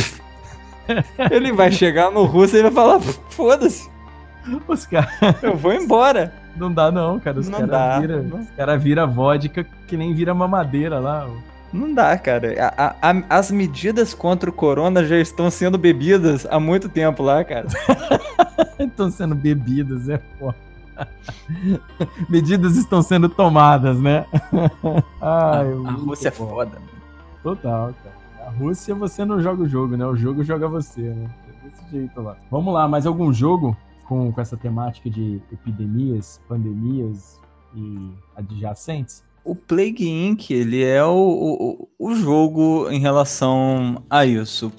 S6: Ele vai chegar no Rússia e vai falar, foda-se,
S2: Os caras.
S6: eu vou embora.
S2: Não dá, não, cara. Os
S6: Não dá.
S2: caras viram vodka que nem vira mamadeira lá.
S6: Não dá, cara. As medidas contra o corona já estão sendo bebidas há muito tempo lá, cara.
S2: Estão sendo bebidas, é foda. Medidas estão sendo tomadas, né? Ai,
S6: A Rússia é
S2: muito bom.
S6: foda.
S2: Total, cara. A Rússia você não joga o jogo, né? O jogo joga você, né? É desse jeito lá. Vamos lá, mais algum jogo com essa temática de epidemias, pandemias e adjacentes?
S6: O Plague Inc., ele é o jogo em relação a isso.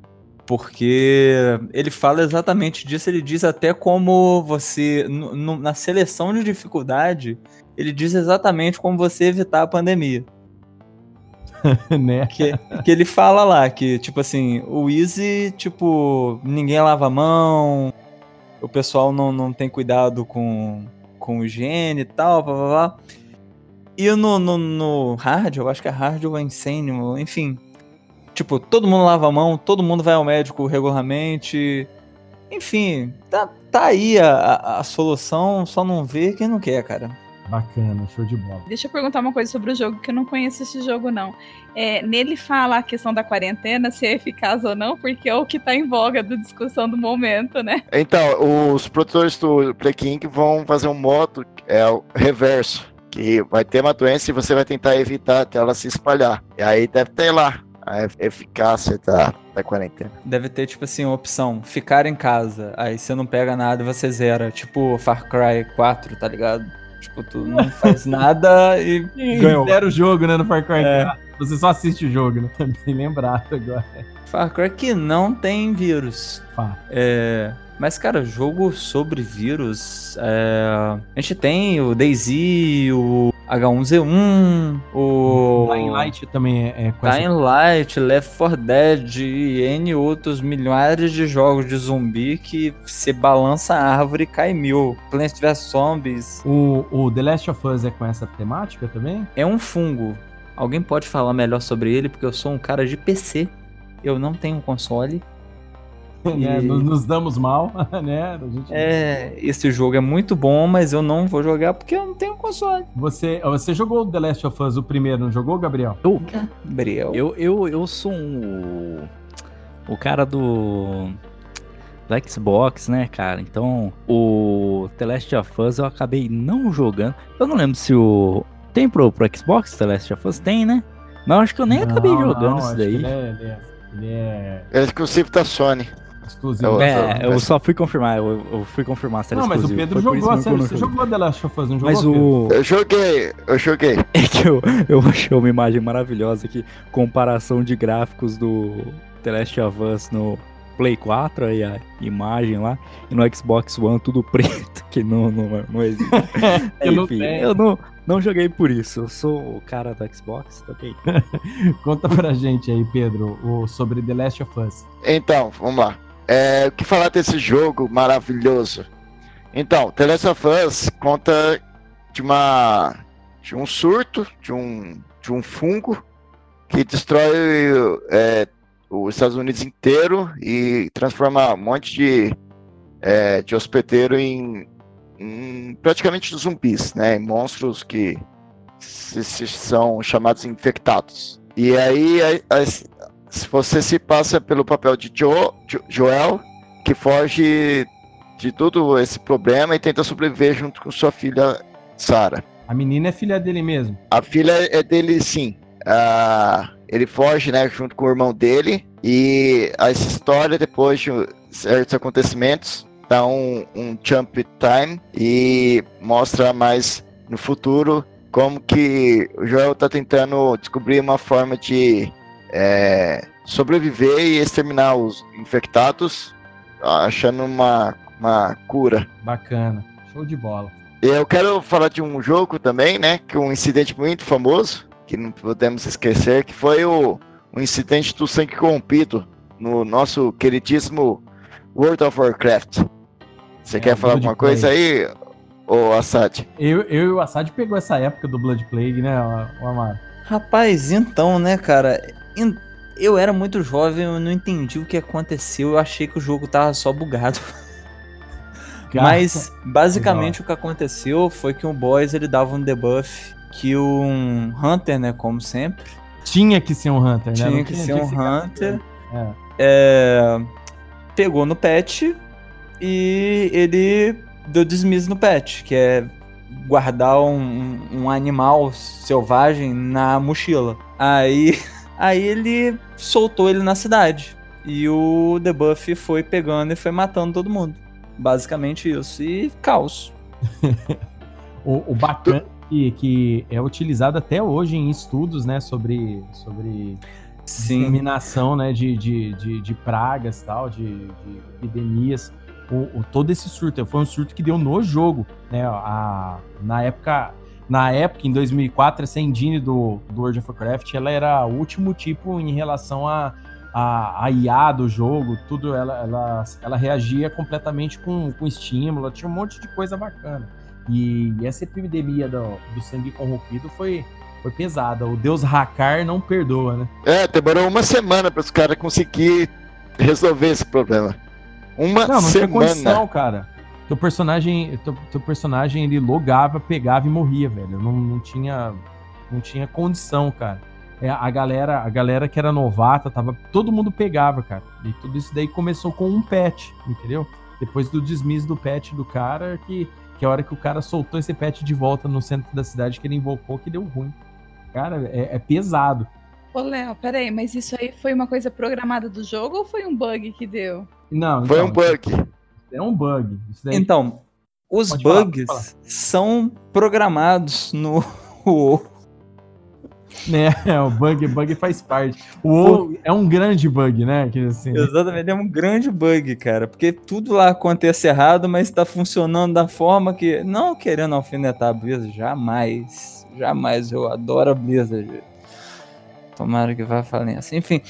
S6: Porque ele fala exatamente disso, ele diz até como você, na seleção de dificuldade, ele diz exatamente como você evitar a pandemia.
S2: Né?
S6: Que ele fala lá, que tipo assim, o Easy, tipo, ninguém lava a mão, o pessoal não tem cuidado com higiene e tal, blá blá blá. E no Hard, eu acho que é Hard ou Insane, enfim. Tipo, todo mundo lava a mão, todo mundo vai ao médico regularmente. Enfim, tá aí a solução, só não vê quem não quer, cara.
S2: Bacana, show de bola.
S3: Deixa eu perguntar uma coisa sobre o jogo, que eu não conheço esse jogo, não. Nele fala a questão da quarentena, se é eficaz ou não, porque é o que tá em voga da discussão do momento, né?
S4: Então, os produtores do Play King vão fazer um modo, o reverso, que vai ter uma doença e você vai tentar evitar até ela se espalhar. E aí deve ter lá a eficácia da quarentena.
S6: Deve ter, tipo assim, uma opção, ficar em casa, aí você não pega nada e você zera, tipo Far Cry 4, tá ligado? Tipo, tu não faz nada e ganhou.
S2: Zero o jogo, né, no Far Cry 4. Você só assiste o jogo, né? Bem lembrado agora.
S6: Far Cry que não tem vírus. Mas, cara, jogo sobre vírus, a gente tem o DayZ, o H1Z1, o
S2: Dying Light também é com
S6: Dying Light, Left 4 Dead e N outros milhares de jogos de zumbi que você balança a árvore e cai mil. Plants vs Zombies.
S2: O The Last of Us é com essa temática também?
S6: É um fungo. Alguém pode falar melhor sobre ele, porque eu sou um cara de PC. Eu não tenho console.
S2: Né? Nos damos mal, né?
S6: Esse jogo é muito bom, mas eu não vou jogar porque eu não tenho console.
S2: Você jogou The Last of Us o primeiro, não jogou, Gabriel?
S6: Gabriel.
S5: Eu sou o cara do Xbox, né, cara? Então, o The Last of Us eu acabei não jogando. Eu não lembro se tem pro Xbox The Last of Us? Tem, né? Mas eu acho que eu nem acabei jogando isso daí.
S2: Ele é
S4: É exclusivo da Sony.
S2: exclusivo.
S5: Eu só fui confirmar, eu fui confirmar se era
S2: Não, mas o
S5: exclusivo.
S2: Pedro
S5: Foi por
S2: jogou,
S5: isso mesmo que eu não
S2: você
S5: joguei.
S2: jogou The Last of Us, não jogou?
S5: Mas
S2: Pedro?
S4: Eu joguei.
S5: É que eu achei uma imagem maravilhosa aqui, comparação de gráficos do The Last of Us no Play 4, aí a imagem lá, e no Xbox One tudo preto, que não existe. Enfim, eu não joguei por isso, eu sou o cara do Xbox também.
S2: Conta pra gente aí, Pedro, sobre The Last of Us.
S4: Então, vamos lá. O que falar desse jogo maravilhoso? Então, The Last of Us conta de um surto, de um fungo que destrói os Estados Unidos inteiro e transforma um monte de hospedeiro em praticamente zumbis, né? Monstros que são chamados infectados. E aí você se passa pelo papel de Joel, que foge de todo esse problema e tenta sobreviver junto com sua filha Sarah.
S2: A menina é filha dele mesmo?
S4: A filha é dele, sim. Ele foge, né, junto com o irmão dele, e essa história, depois de certos acontecimentos, dá um jump time e mostra mais no futuro como que o Joel tá tentando descobrir uma forma de sobreviver e exterminar os infectados, achando uma cura.
S2: Bacana, show de bola.
S4: Eu quero falar de um jogo também, né? Que um incidente muito famoso, que não podemos esquecer, que foi o incidente do sangue corrompido no nosso queridíssimo World of Warcraft. Você quer falar alguma coisa aí, ô Assad?
S2: Eu e o Assad pegou essa época do Blood Plague, né, o Amaro?
S6: Rapaz, então, né, cara? Eu era muito jovem, eu não entendi o que aconteceu. Eu achei que o jogo tava só bugado. Mas, basicamente, o que aconteceu foi que o Boss, ele dava um debuff que um Hunter, né, como sempre.
S2: Tinha que ser um Hunter, né?
S6: Tinha que ser um Hunter. Pegou no patch e ele deu dismiss no patch, que é guardar um animal selvagem na mochila. Aí ele soltou ele na cidade. E o debuff foi pegando e foi matando todo mundo. Basicamente isso. E caos.
S2: O bacana que é utilizado até hoje em estudos, né, sobre disseminação, né, de pragas, tal, de epidemias. Todo esse surto foi um surto que deu no jogo, né? Na época, em 2004, essa engine do World of Warcraft, ela era o último tipo em relação a IA do jogo, tudo, ela reagia completamente com estímulo, tinha um monte de coisa bacana. E essa epidemia do sangue corrompido foi pesada. O Deus Hakar não perdoa, né?
S4: Demorou uma semana para os caras conseguir resolver esse problema.
S2: Não tinha condição, cara. Teu personagem ele logava, pegava e morria, velho. Não tinha condição, cara. A galera que era novata, todo mundo pegava, cara. E tudo isso daí começou com um patch, entendeu? Depois do dismiss do patch do cara, que a hora que o cara soltou esse patch de volta no centro da cidade que ele invocou, que deu ruim. Cara, é pesado.
S3: Ô, Léo, peraí, mas isso aí foi uma coisa programada do jogo ou foi um bug que deu?
S2: Não,
S4: foi um bug.
S2: É um bug. Isso daí...
S6: Então, os bugs são programados no WoW.
S2: O bug faz parte. O WoW é um grande bug, né? Assim,
S6: exatamente, é um grande bug, cara. Porque tudo lá acontece errado, mas tá funcionando da forma que... Não querendo alfinetar a Blizzard, jamais. Jamais, eu adoro a Blizzard. Tomara que vá à falência. Enfim,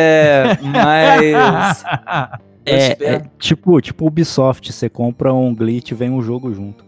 S6: mas...
S9: É tipo Ubisoft, você compra um glitch e vem um jogo junto.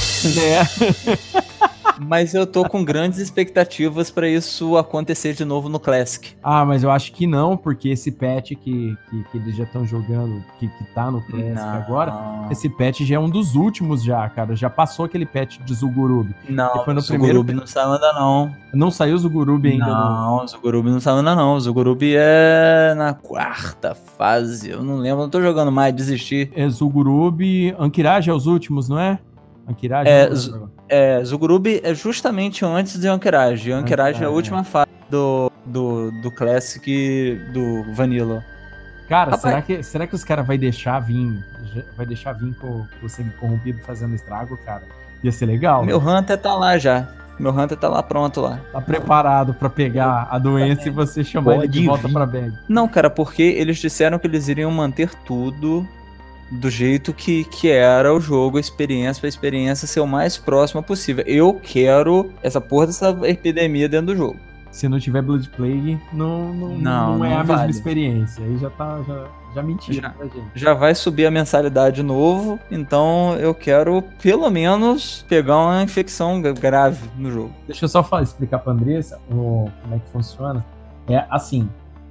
S6: Mas eu tô com grandes expectativas pra isso acontecer de novo no Classic.
S2: Mas eu acho que não, porque esse patch que eles já estão jogando, que tá no Classic agora, esse patch já é um dos últimos já, cara. Já passou aquele patch de Zugurubi.
S6: Não,
S2: foi no
S6: Zugurubi não saiu ainda não.
S2: Não saiu o Zugurubi ainda?
S6: Não, o Zugurubi não saiu ainda não. O Zugurubi é na 4ª fase. Eu não lembro, não tô jogando mais, desisti.
S2: É Zugurubi, Ankiraj é os últimos, não é? Ankiraj
S6: Zugurubi é justamente antes de Ankiraj. Ankiraj é a última fase do Classic do Vanilla.
S2: Cara, será que os caras vai deixar vir com o sangue corrompido fazendo estrago, cara? Ia ser legal.
S6: Meu Hunter tá lá já. Meu Hunter tá lá pronto lá.
S2: Tá preparado pra pegar a doença e você chamar ele de volta pra bag.
S6: Não, cara, porque eles disseram que eles iriam manter tudo do jeito que era o jogo, a experiência ser o mais próxima possível. Eu quero essa porra dessa epidemia dentro do jogo.
S2: Se não tiver Blood Plague, não é a mesma experiência. Aí já mentiram pra gente.
S6: Já vai subir a mensalidade de novo, então eu quero pelo menos pegar uma infecção grave no jogo.
S2: Deixa eu só explicar pra Andressa como é que funciona. É assim,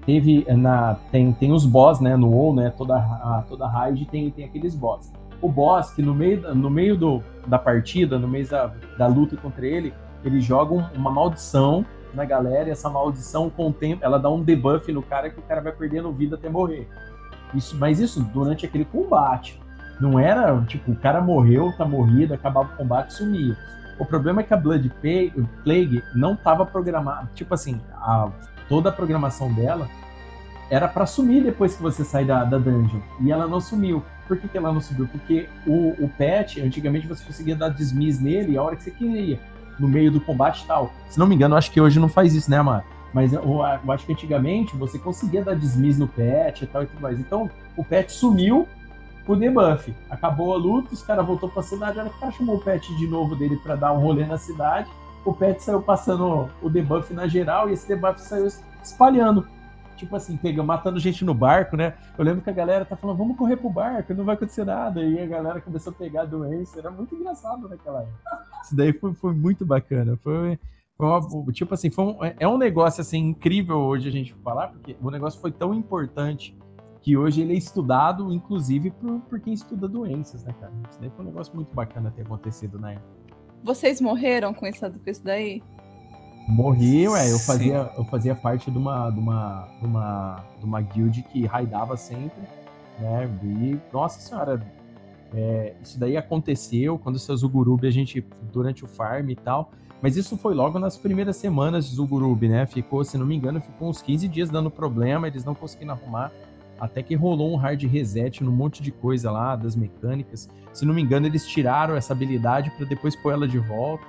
S2: tem os boss, né, no WoW, né, toda raid tem aqueles boss. O boss que no meio da partida, no meio da luta contra ele joga uma maldição na galera, e essa maldição com o tempo, ela dá um debuff no cara que o cara vai perdendo vida até morrer. Mas isso durante aquele combate. Não era, tipo, o cara morreu, tá morrido, acabava o combate e sumia. O problema é que a Blood Plague não tava programada, tipo assim, toda a programação dela era pra sumir depois que você sai da dungeon. E ela não sumiu. Por que ela não sumiu? Porque o patch, antigamente você conseguia dar dismiss nele a hora que você queria, no meio do combate e tal. Se não me engano, eu acho que hoje não faz isso, né, Amaro? Mas eu acho que antigamente você conseguia dar dismiss no patch e tal e tudo mais. Então, o patch sumiu o debuff. Acabou a luta, os caras voltou pra cidade, o cara chamou o pet de novo dele pra dar um rolê na cidade, o pet saiu passando o debuff na geral e esse debuff saiu espalhando. Tipo assim, matando gente no barco, né? Eu lembro que a galera tá falando, vamos correr pro barco, não vai acontecer nada. E a galera começou a pegar a doença, era muito engraçado naquela época. Isso daí foi muito bacana. Tipo assim, é um negócio assim incrível hoje a gente falar, porque o negócio foi tão importante que hoje ele é estudado, inclusive, por quem estuda doenças, né, cara? Isso daí foi um negócio muito bacana ter acontecido na época.
S3: Vocês morreram com isso daí?
S2: Morri, ué, eu fazia parte de uma guild que raidava sempre, né? E, nossa senhora, isso daí aconteceu quando o seu Zugurubi, a gente, durante o farm e tal, mas isso foi logo nas primeiras semanas de Zugurubi, né? Ficou, se não me engano, uns 15 dias dando problema, eles não conseguiram arrumar, até que rolou um hard reset num monte de coisa lá, das mecânicas. Se não me engano, eles tiraram essa habilidade para depois pôr ela de volta.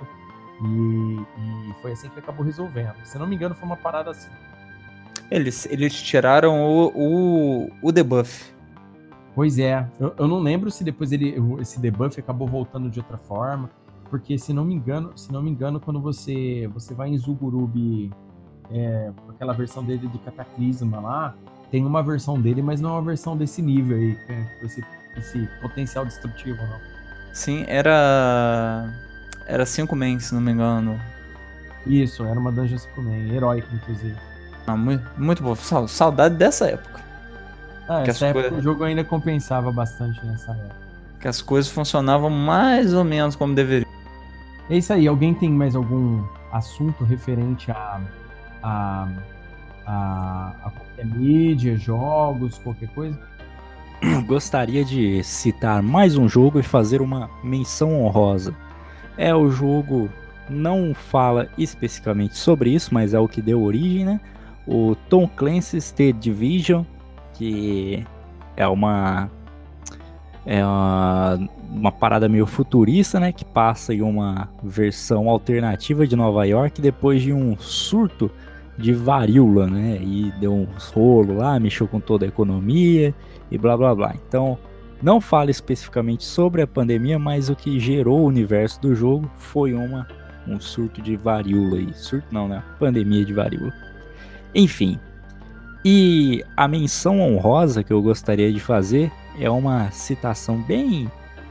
S2: E foi assim que acabou resolvendo. Se não me engano, foi uma parada assim.
S6: Eles tiraram o debuff.
S2: Pois é. Eu não lembro se depois esse debuff acabou voltando de outra forma. Porque, se não me engano, quando você vai em Zugurubi, aquela versão dele do Cataclisma lá, tem uma versão dele, mas não é uma versão desse nível aí, esse potencial destrutivo, não.
S6: Sim, era 5 man, se não me engano.
S2: Isso, era uma dungeon 5 man, heróica, inclusive.
S6: Muito bom, saudade dessa época.
S2: Essa época o jogo ainda compensava bastante nessa época.
S6: Que as coisas funcionavam mais ou menos como deveriam.
S2: É isso aí, alguém tem mais algum assunto referente a qualquer mídia, jogos, qualquer coisa?
S9: Gostaria de citar mais um jogo e fazer uma menção honrosa. O jogo não fala especificamente sobre isso, mas é o que deu origem, né? O Tom Clancy's The Division, que é uma parada meio futurista, né? Que passa em uma versão alternativa de Nova York depois de um surto de varíola, né? E deu uns rolos lá, mexeu com toda a economia e blá blá blá. Então, não fala especificamente sobre a pandemia, mas o que gerou o universo do jogo foi um surto de varíola aí. Surto não, né? Pandemia de varíola. Enfim. E a menção honrosa que eu gostaria de fazer é uma citação bem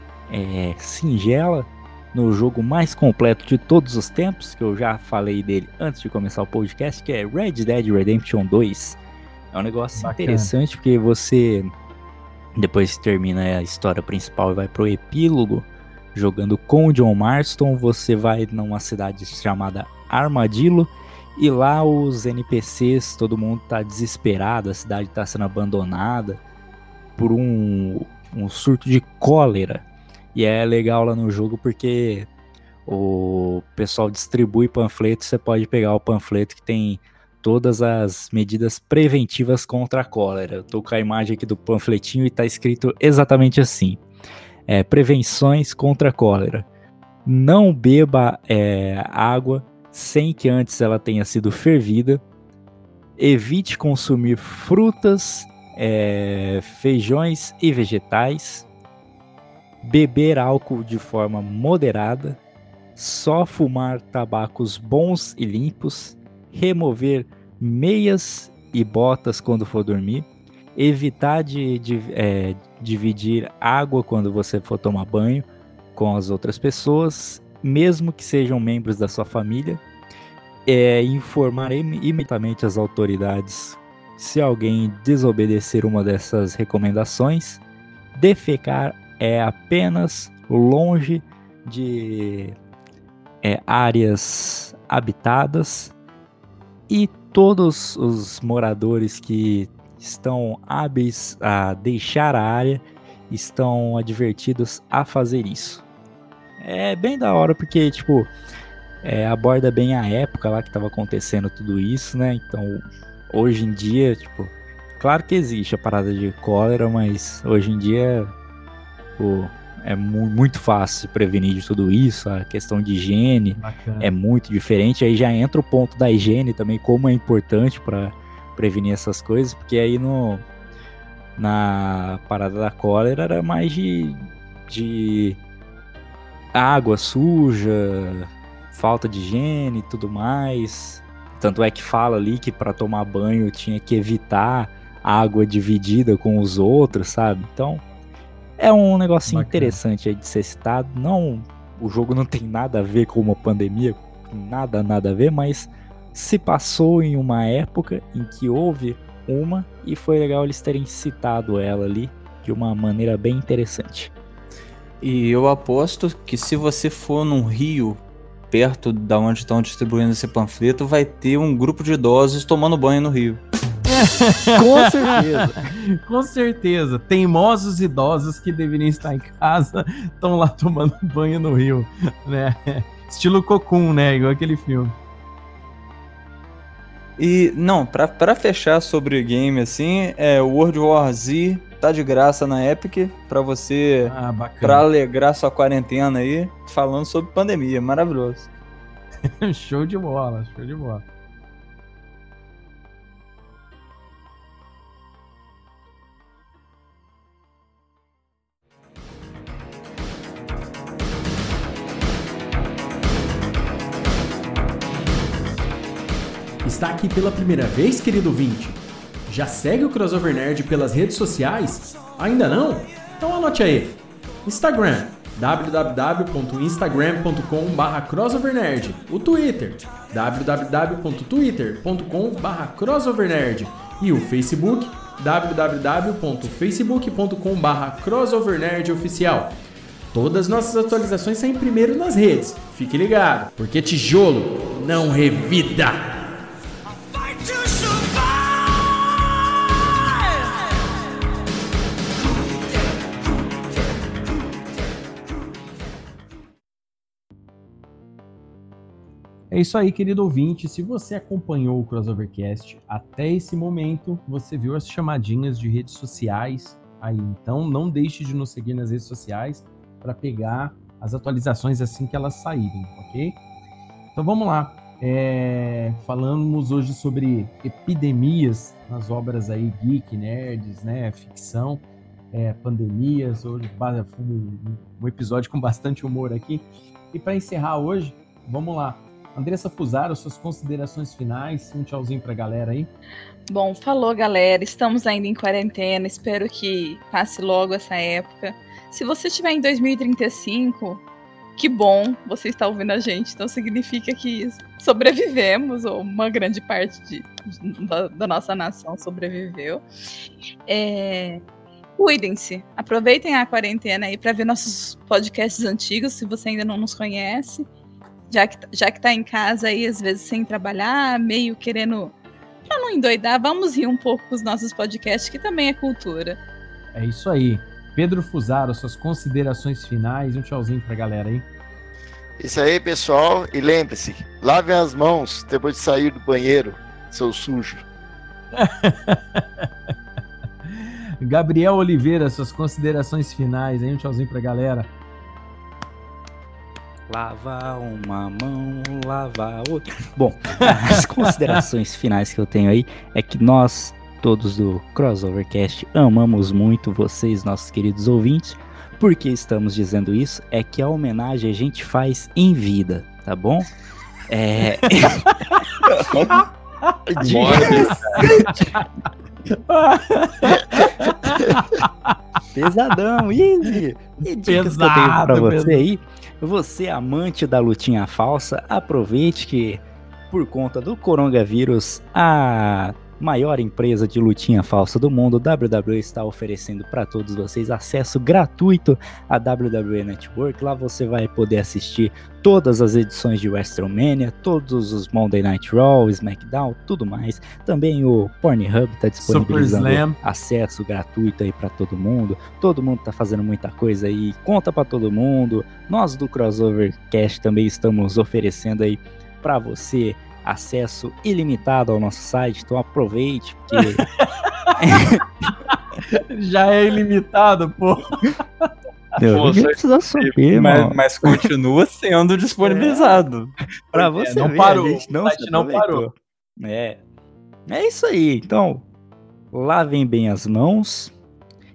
S9: singela no jogo mais completo de todos os tempos, que eu já falei dele antes de começar o podcast, que é Red Dead Redemption 2. É um negócio bacana, interessante, porque você, depois que termina a história principal e vai pro epílogo, jogando com o John Marston, você vai numa cidade chamada Armadillo, e lá os NPCs, todo mundo tá desesperado, a cidade tá sendo abandonada por um surto de cólera. E é legal lá no jogo porque o pessoal distribui panfletos, você pode pegar o panfleto que tem todas as medidas preventivas contra a cólera. Eu tô com a imagem aqui do panfletinho e tá escrito exatamente assim. Prevenções contra a cólera. Não beba água sem que antes ela tenha sido fervida. Evite consumir frutas, feijões e vegetais. Beber álcool de forma moderada. Só fumar tabacos bons e limpos. Remover meias e botas quando for dormir. Evitar de dividir água quando você for tomar banho com as outras pessoas, mesmo que sejam membros da sua família. Informar imediatamente as autoridades se alguém desobedecer uma dessas recomendações. Defecar apenas longe de áreas habitadas, e todos os moradores que estão hábeis a deixar a área estão advertidos a fazer isso. É bem da hora porque, tipo, aborda bem a época lá que estava acontecendo tudo isso, né? Então, hoje em dia, tipo, claro que existe a parada de cólera, mas hoje em dia é muito fácil se prevenir de tudo isso. A questão de higiene é muito diferente. Aí já entra o ponto da higiene também, como é importante para prevenir essas coisas, porque aí na parada da cólera era mais de água suja, falta de higiene e tudo mais. Tanto é que fala ali que para tomar banho tinha que evitar água dividida com os outros, sabe? Então, é um negocinho interessante aí de ser citado. Não, o jogo não tem nada a ver com uma pandemia, nada a ver, mas se passou em uma época em que houve uma e foi legal eles terem citado ela ali de uma maneira bem interessante.
S6: E eu aposto que se você for num rio perto da onde estão distribuindo esse panfleto, vai ter um grupo de idosos tomando banho no rio.
S2: Com certeza. Com certeza. Teimosos idosos que deveriam estar em casa estão lá tomando banho no rio, né? Estilo Cocoon, né? Igual aquele filme.
S6: E, não, pra fechar sobre o game, assim, o World War Z tá de graça na Epic pra você, pra alegrar sua quarentena aí, falando sobre pandemia. Maravilhoso.
S2: Show de bola, show de bola.
S1: Está aqui pela primeira vez, querido ouvinte? Já segue o Crossover Nerd pelas redes sociais? Ainda não? Então anote aí. Instagram, www.instagram.com/crossovernerd. O Twitter, www.twitter.com/crossovernerd. E o Facebook, www.facebook.com/crossovernerd-oficial. Todas nossas atualizações saem primeiro nas redes. Fique ligado, porque tijolo não revida!
S2: É isso aí, querido ouvinte. Se você acompanhou o Crossovercast até esse momento, você viu as chamadinhas de redes sociais aí. Então, não deixe de nos seguir nas redes sociais para pegar as atualizações assim que elas saírem, ok? Então, vamos lá. Falamos hoje sobre epidemias nas obras aí geek, nerds, né, ficção, pandemias. Hoje um episódio com bastante humor aqui. E para encerrar hoje, vamos lá. Andressa Fusaro, suas considerações finais, um tchauzinho pra galera aí.
S3: Bom, falou galera, estamos ainda em quarentena, espero que passe logo essa época. Se você estiver em 2035, que bom você está ouvindo a gente, então significa que sobrevivemos, ou uma grande parte da nossa nação sobreviveu. Cuidem-se, aproveitem a quarentena aí para ver nossos podcasts antigos, se você ainda não nos conhece. Já que tá em casa aí, às vezes sem trabalhar, meio querendo, pra não endoidar, vamos rir um pouco com os nossos podcasts, que também é cultura.
S2: É isso aí. Pedro Fusaro, suas considerações finais, um tchauzinho pra galera aí.
S4: Isso aí, pessoal, e lembre-se, lavem as mãos depois de sair do banheiro, seu sujo.
S2: Gabriel Oliveira, suas considerações finais aí, um tchauzinho pra galera.
S9: Lava uma mão, lava a outra. Bom, as considerações finais que eu tenho aí é que nós, todos do Crossovercast, amamos muito vocês, nossos queridos ouvintes. Por que estamos dizendo isso? É que a homenagem a gente faz em vida, tá bom? Pesadão, easy. E dicas que eu tenho pra você aí. Você, amante da lutinha falsa, aproveite que, por conta do coronavírus, a maior empresa de lutinha falsa do mundo, WWE, está oferecendo para todos vocês acesso gratuito à WWE Network. Lá você vai poder assistir todas as edições de WrestleMania, todos os Monday Night Raw, SmackDown, tudo mais. Também o Pornhub está disponibilizando acesso gratuito aí para todo mundo. Todo mundo está fazendo muita coisa aí, conta para todo mundo. Nós do Crossovercast também estamos oferecendo aí para você acesso ilimitado ao nosso site, então aproveite, porque
S2: já é ilimitado, pô.
S6: Não precisa saber, mas continua sendo disponibilizado.
S9: Pra você
S2: não
S9: ver,
S2: parou,
S9: a gente não parou. É isso aí, então lavem bem as mãos,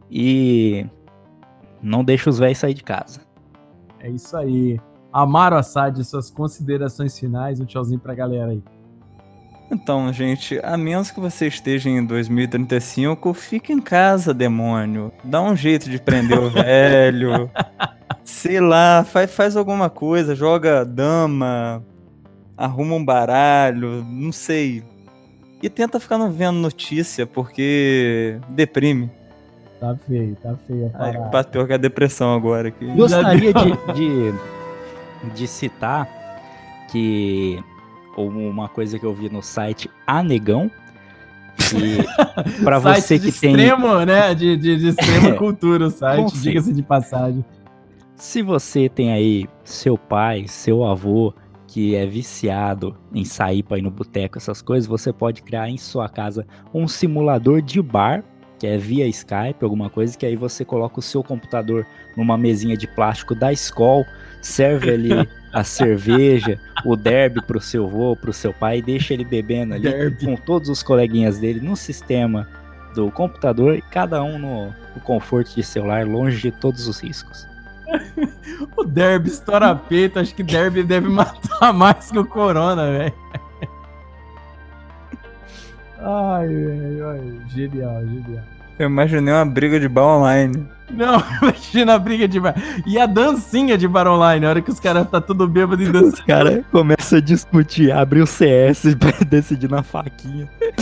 S9: e não deixa os velhos sair de casa.
S2: É isso aí. Amaro Assad, suas considerações finais, um tchauzinho pra galera aí.
S6: Então, gente, a menos que você esteja em 2035, fique em casa, demônio. Dá um jeito de prender o velho. Sei lá, faz alguma coisa, joga dama, arruma um baralho, não sei. E tenta ficar não vendo notícia, porque deprime.
S2: Tá feio a
S6: Aí
S2: parada.
S6: bateu com a depressão agora aqui.
S9: Gostaria de citar que uma coisa que eu vi no site Anegão, que para
S2: Site
S9: você
S2: de
S9: que tem
S2: extremo, né? De extrema cultura o site,
S9: Conceito.
S2: diga-se de passagem.
S9: Se você tem aí seu pai, seu avô, que é viciado em sair para ir no boteco, essas coisas, você pode criar em sua casa um simulador de bar, que é via Skype, alguma coisa, que aí você coloca o seu computador numa mesinha de plástico da Skol, serve ali a cerveja, o derby pro seu avô, pro seu pai, e deixa ele bebendo ali
S2: Derby.
S9: com todos os coleguinhas dele no sistema do computador, e cada um no conforto de celular, longe de todos os riscos.
S2: O Derby estoura peito, acho que Derby deve matar mais que o Corona, velho. Ai, velho, genial.
S6: Eu imaginei uma briga de bar online.
S2: Não, imagina a briga de bar. E a dancinha de bar online, a hora que os caras tá tudo bêbado e dançando.
S9: Os caras começam a discutir, abre o CS pra decidir na faquinha.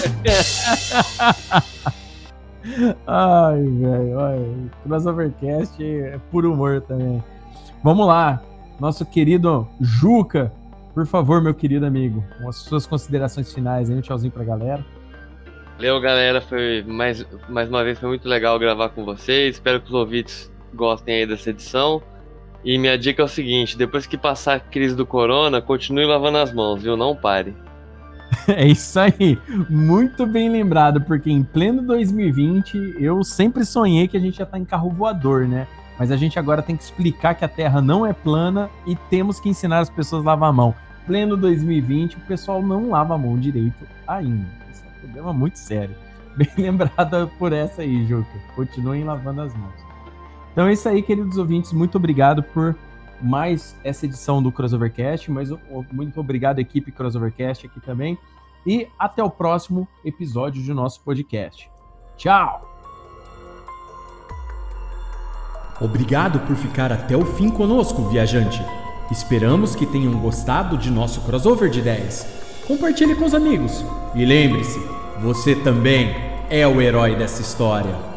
S2: Ai, velho, olha, Crossovercast é puro humor também. Vamos lá, nosso querido Juca, por favor, meu querido amigo, com as suas considerações finais aí, um tchauzinho pra galera.
S7: Valeu, galera, foi mais uma vez foi muito legal gravar com vocês, espero que os ouvintes gostem aí dessa edição. E minha dica é o seguinte, depois que passar a crise do corona, continue lavando as mãos, viu? Não pare.
S2: É isso aí, muito bem lembrado, porque em pleno 2020 eu sempre sonhei que a gente ia estar em carro voador, né? Mas a gente agora tem que explicar que a Terra não é plana e temos que ensinar as pessoas a lavar a mão. Pleno 2020, o pessoal não lava a mão direito ainda. Isso é um problema muito sério. Bem lembrado por essa aí, Juca. Continuem lavando as mãos. Então é isso aí, queridos ouvintes. Muito obrigado por mais essa edição do Crossovercast, mas muito obrigado, equipe Crossovercast aqui também, e até o próximo episódio do nosso podcast. Tchau!
S1: Obrigado por ficar até o fim conosco, viajante. Esperamos que tenham gostado de nosso crossover de ideias. Compartilhe com os amigos. E lembre-se, você também é o herói dessa história.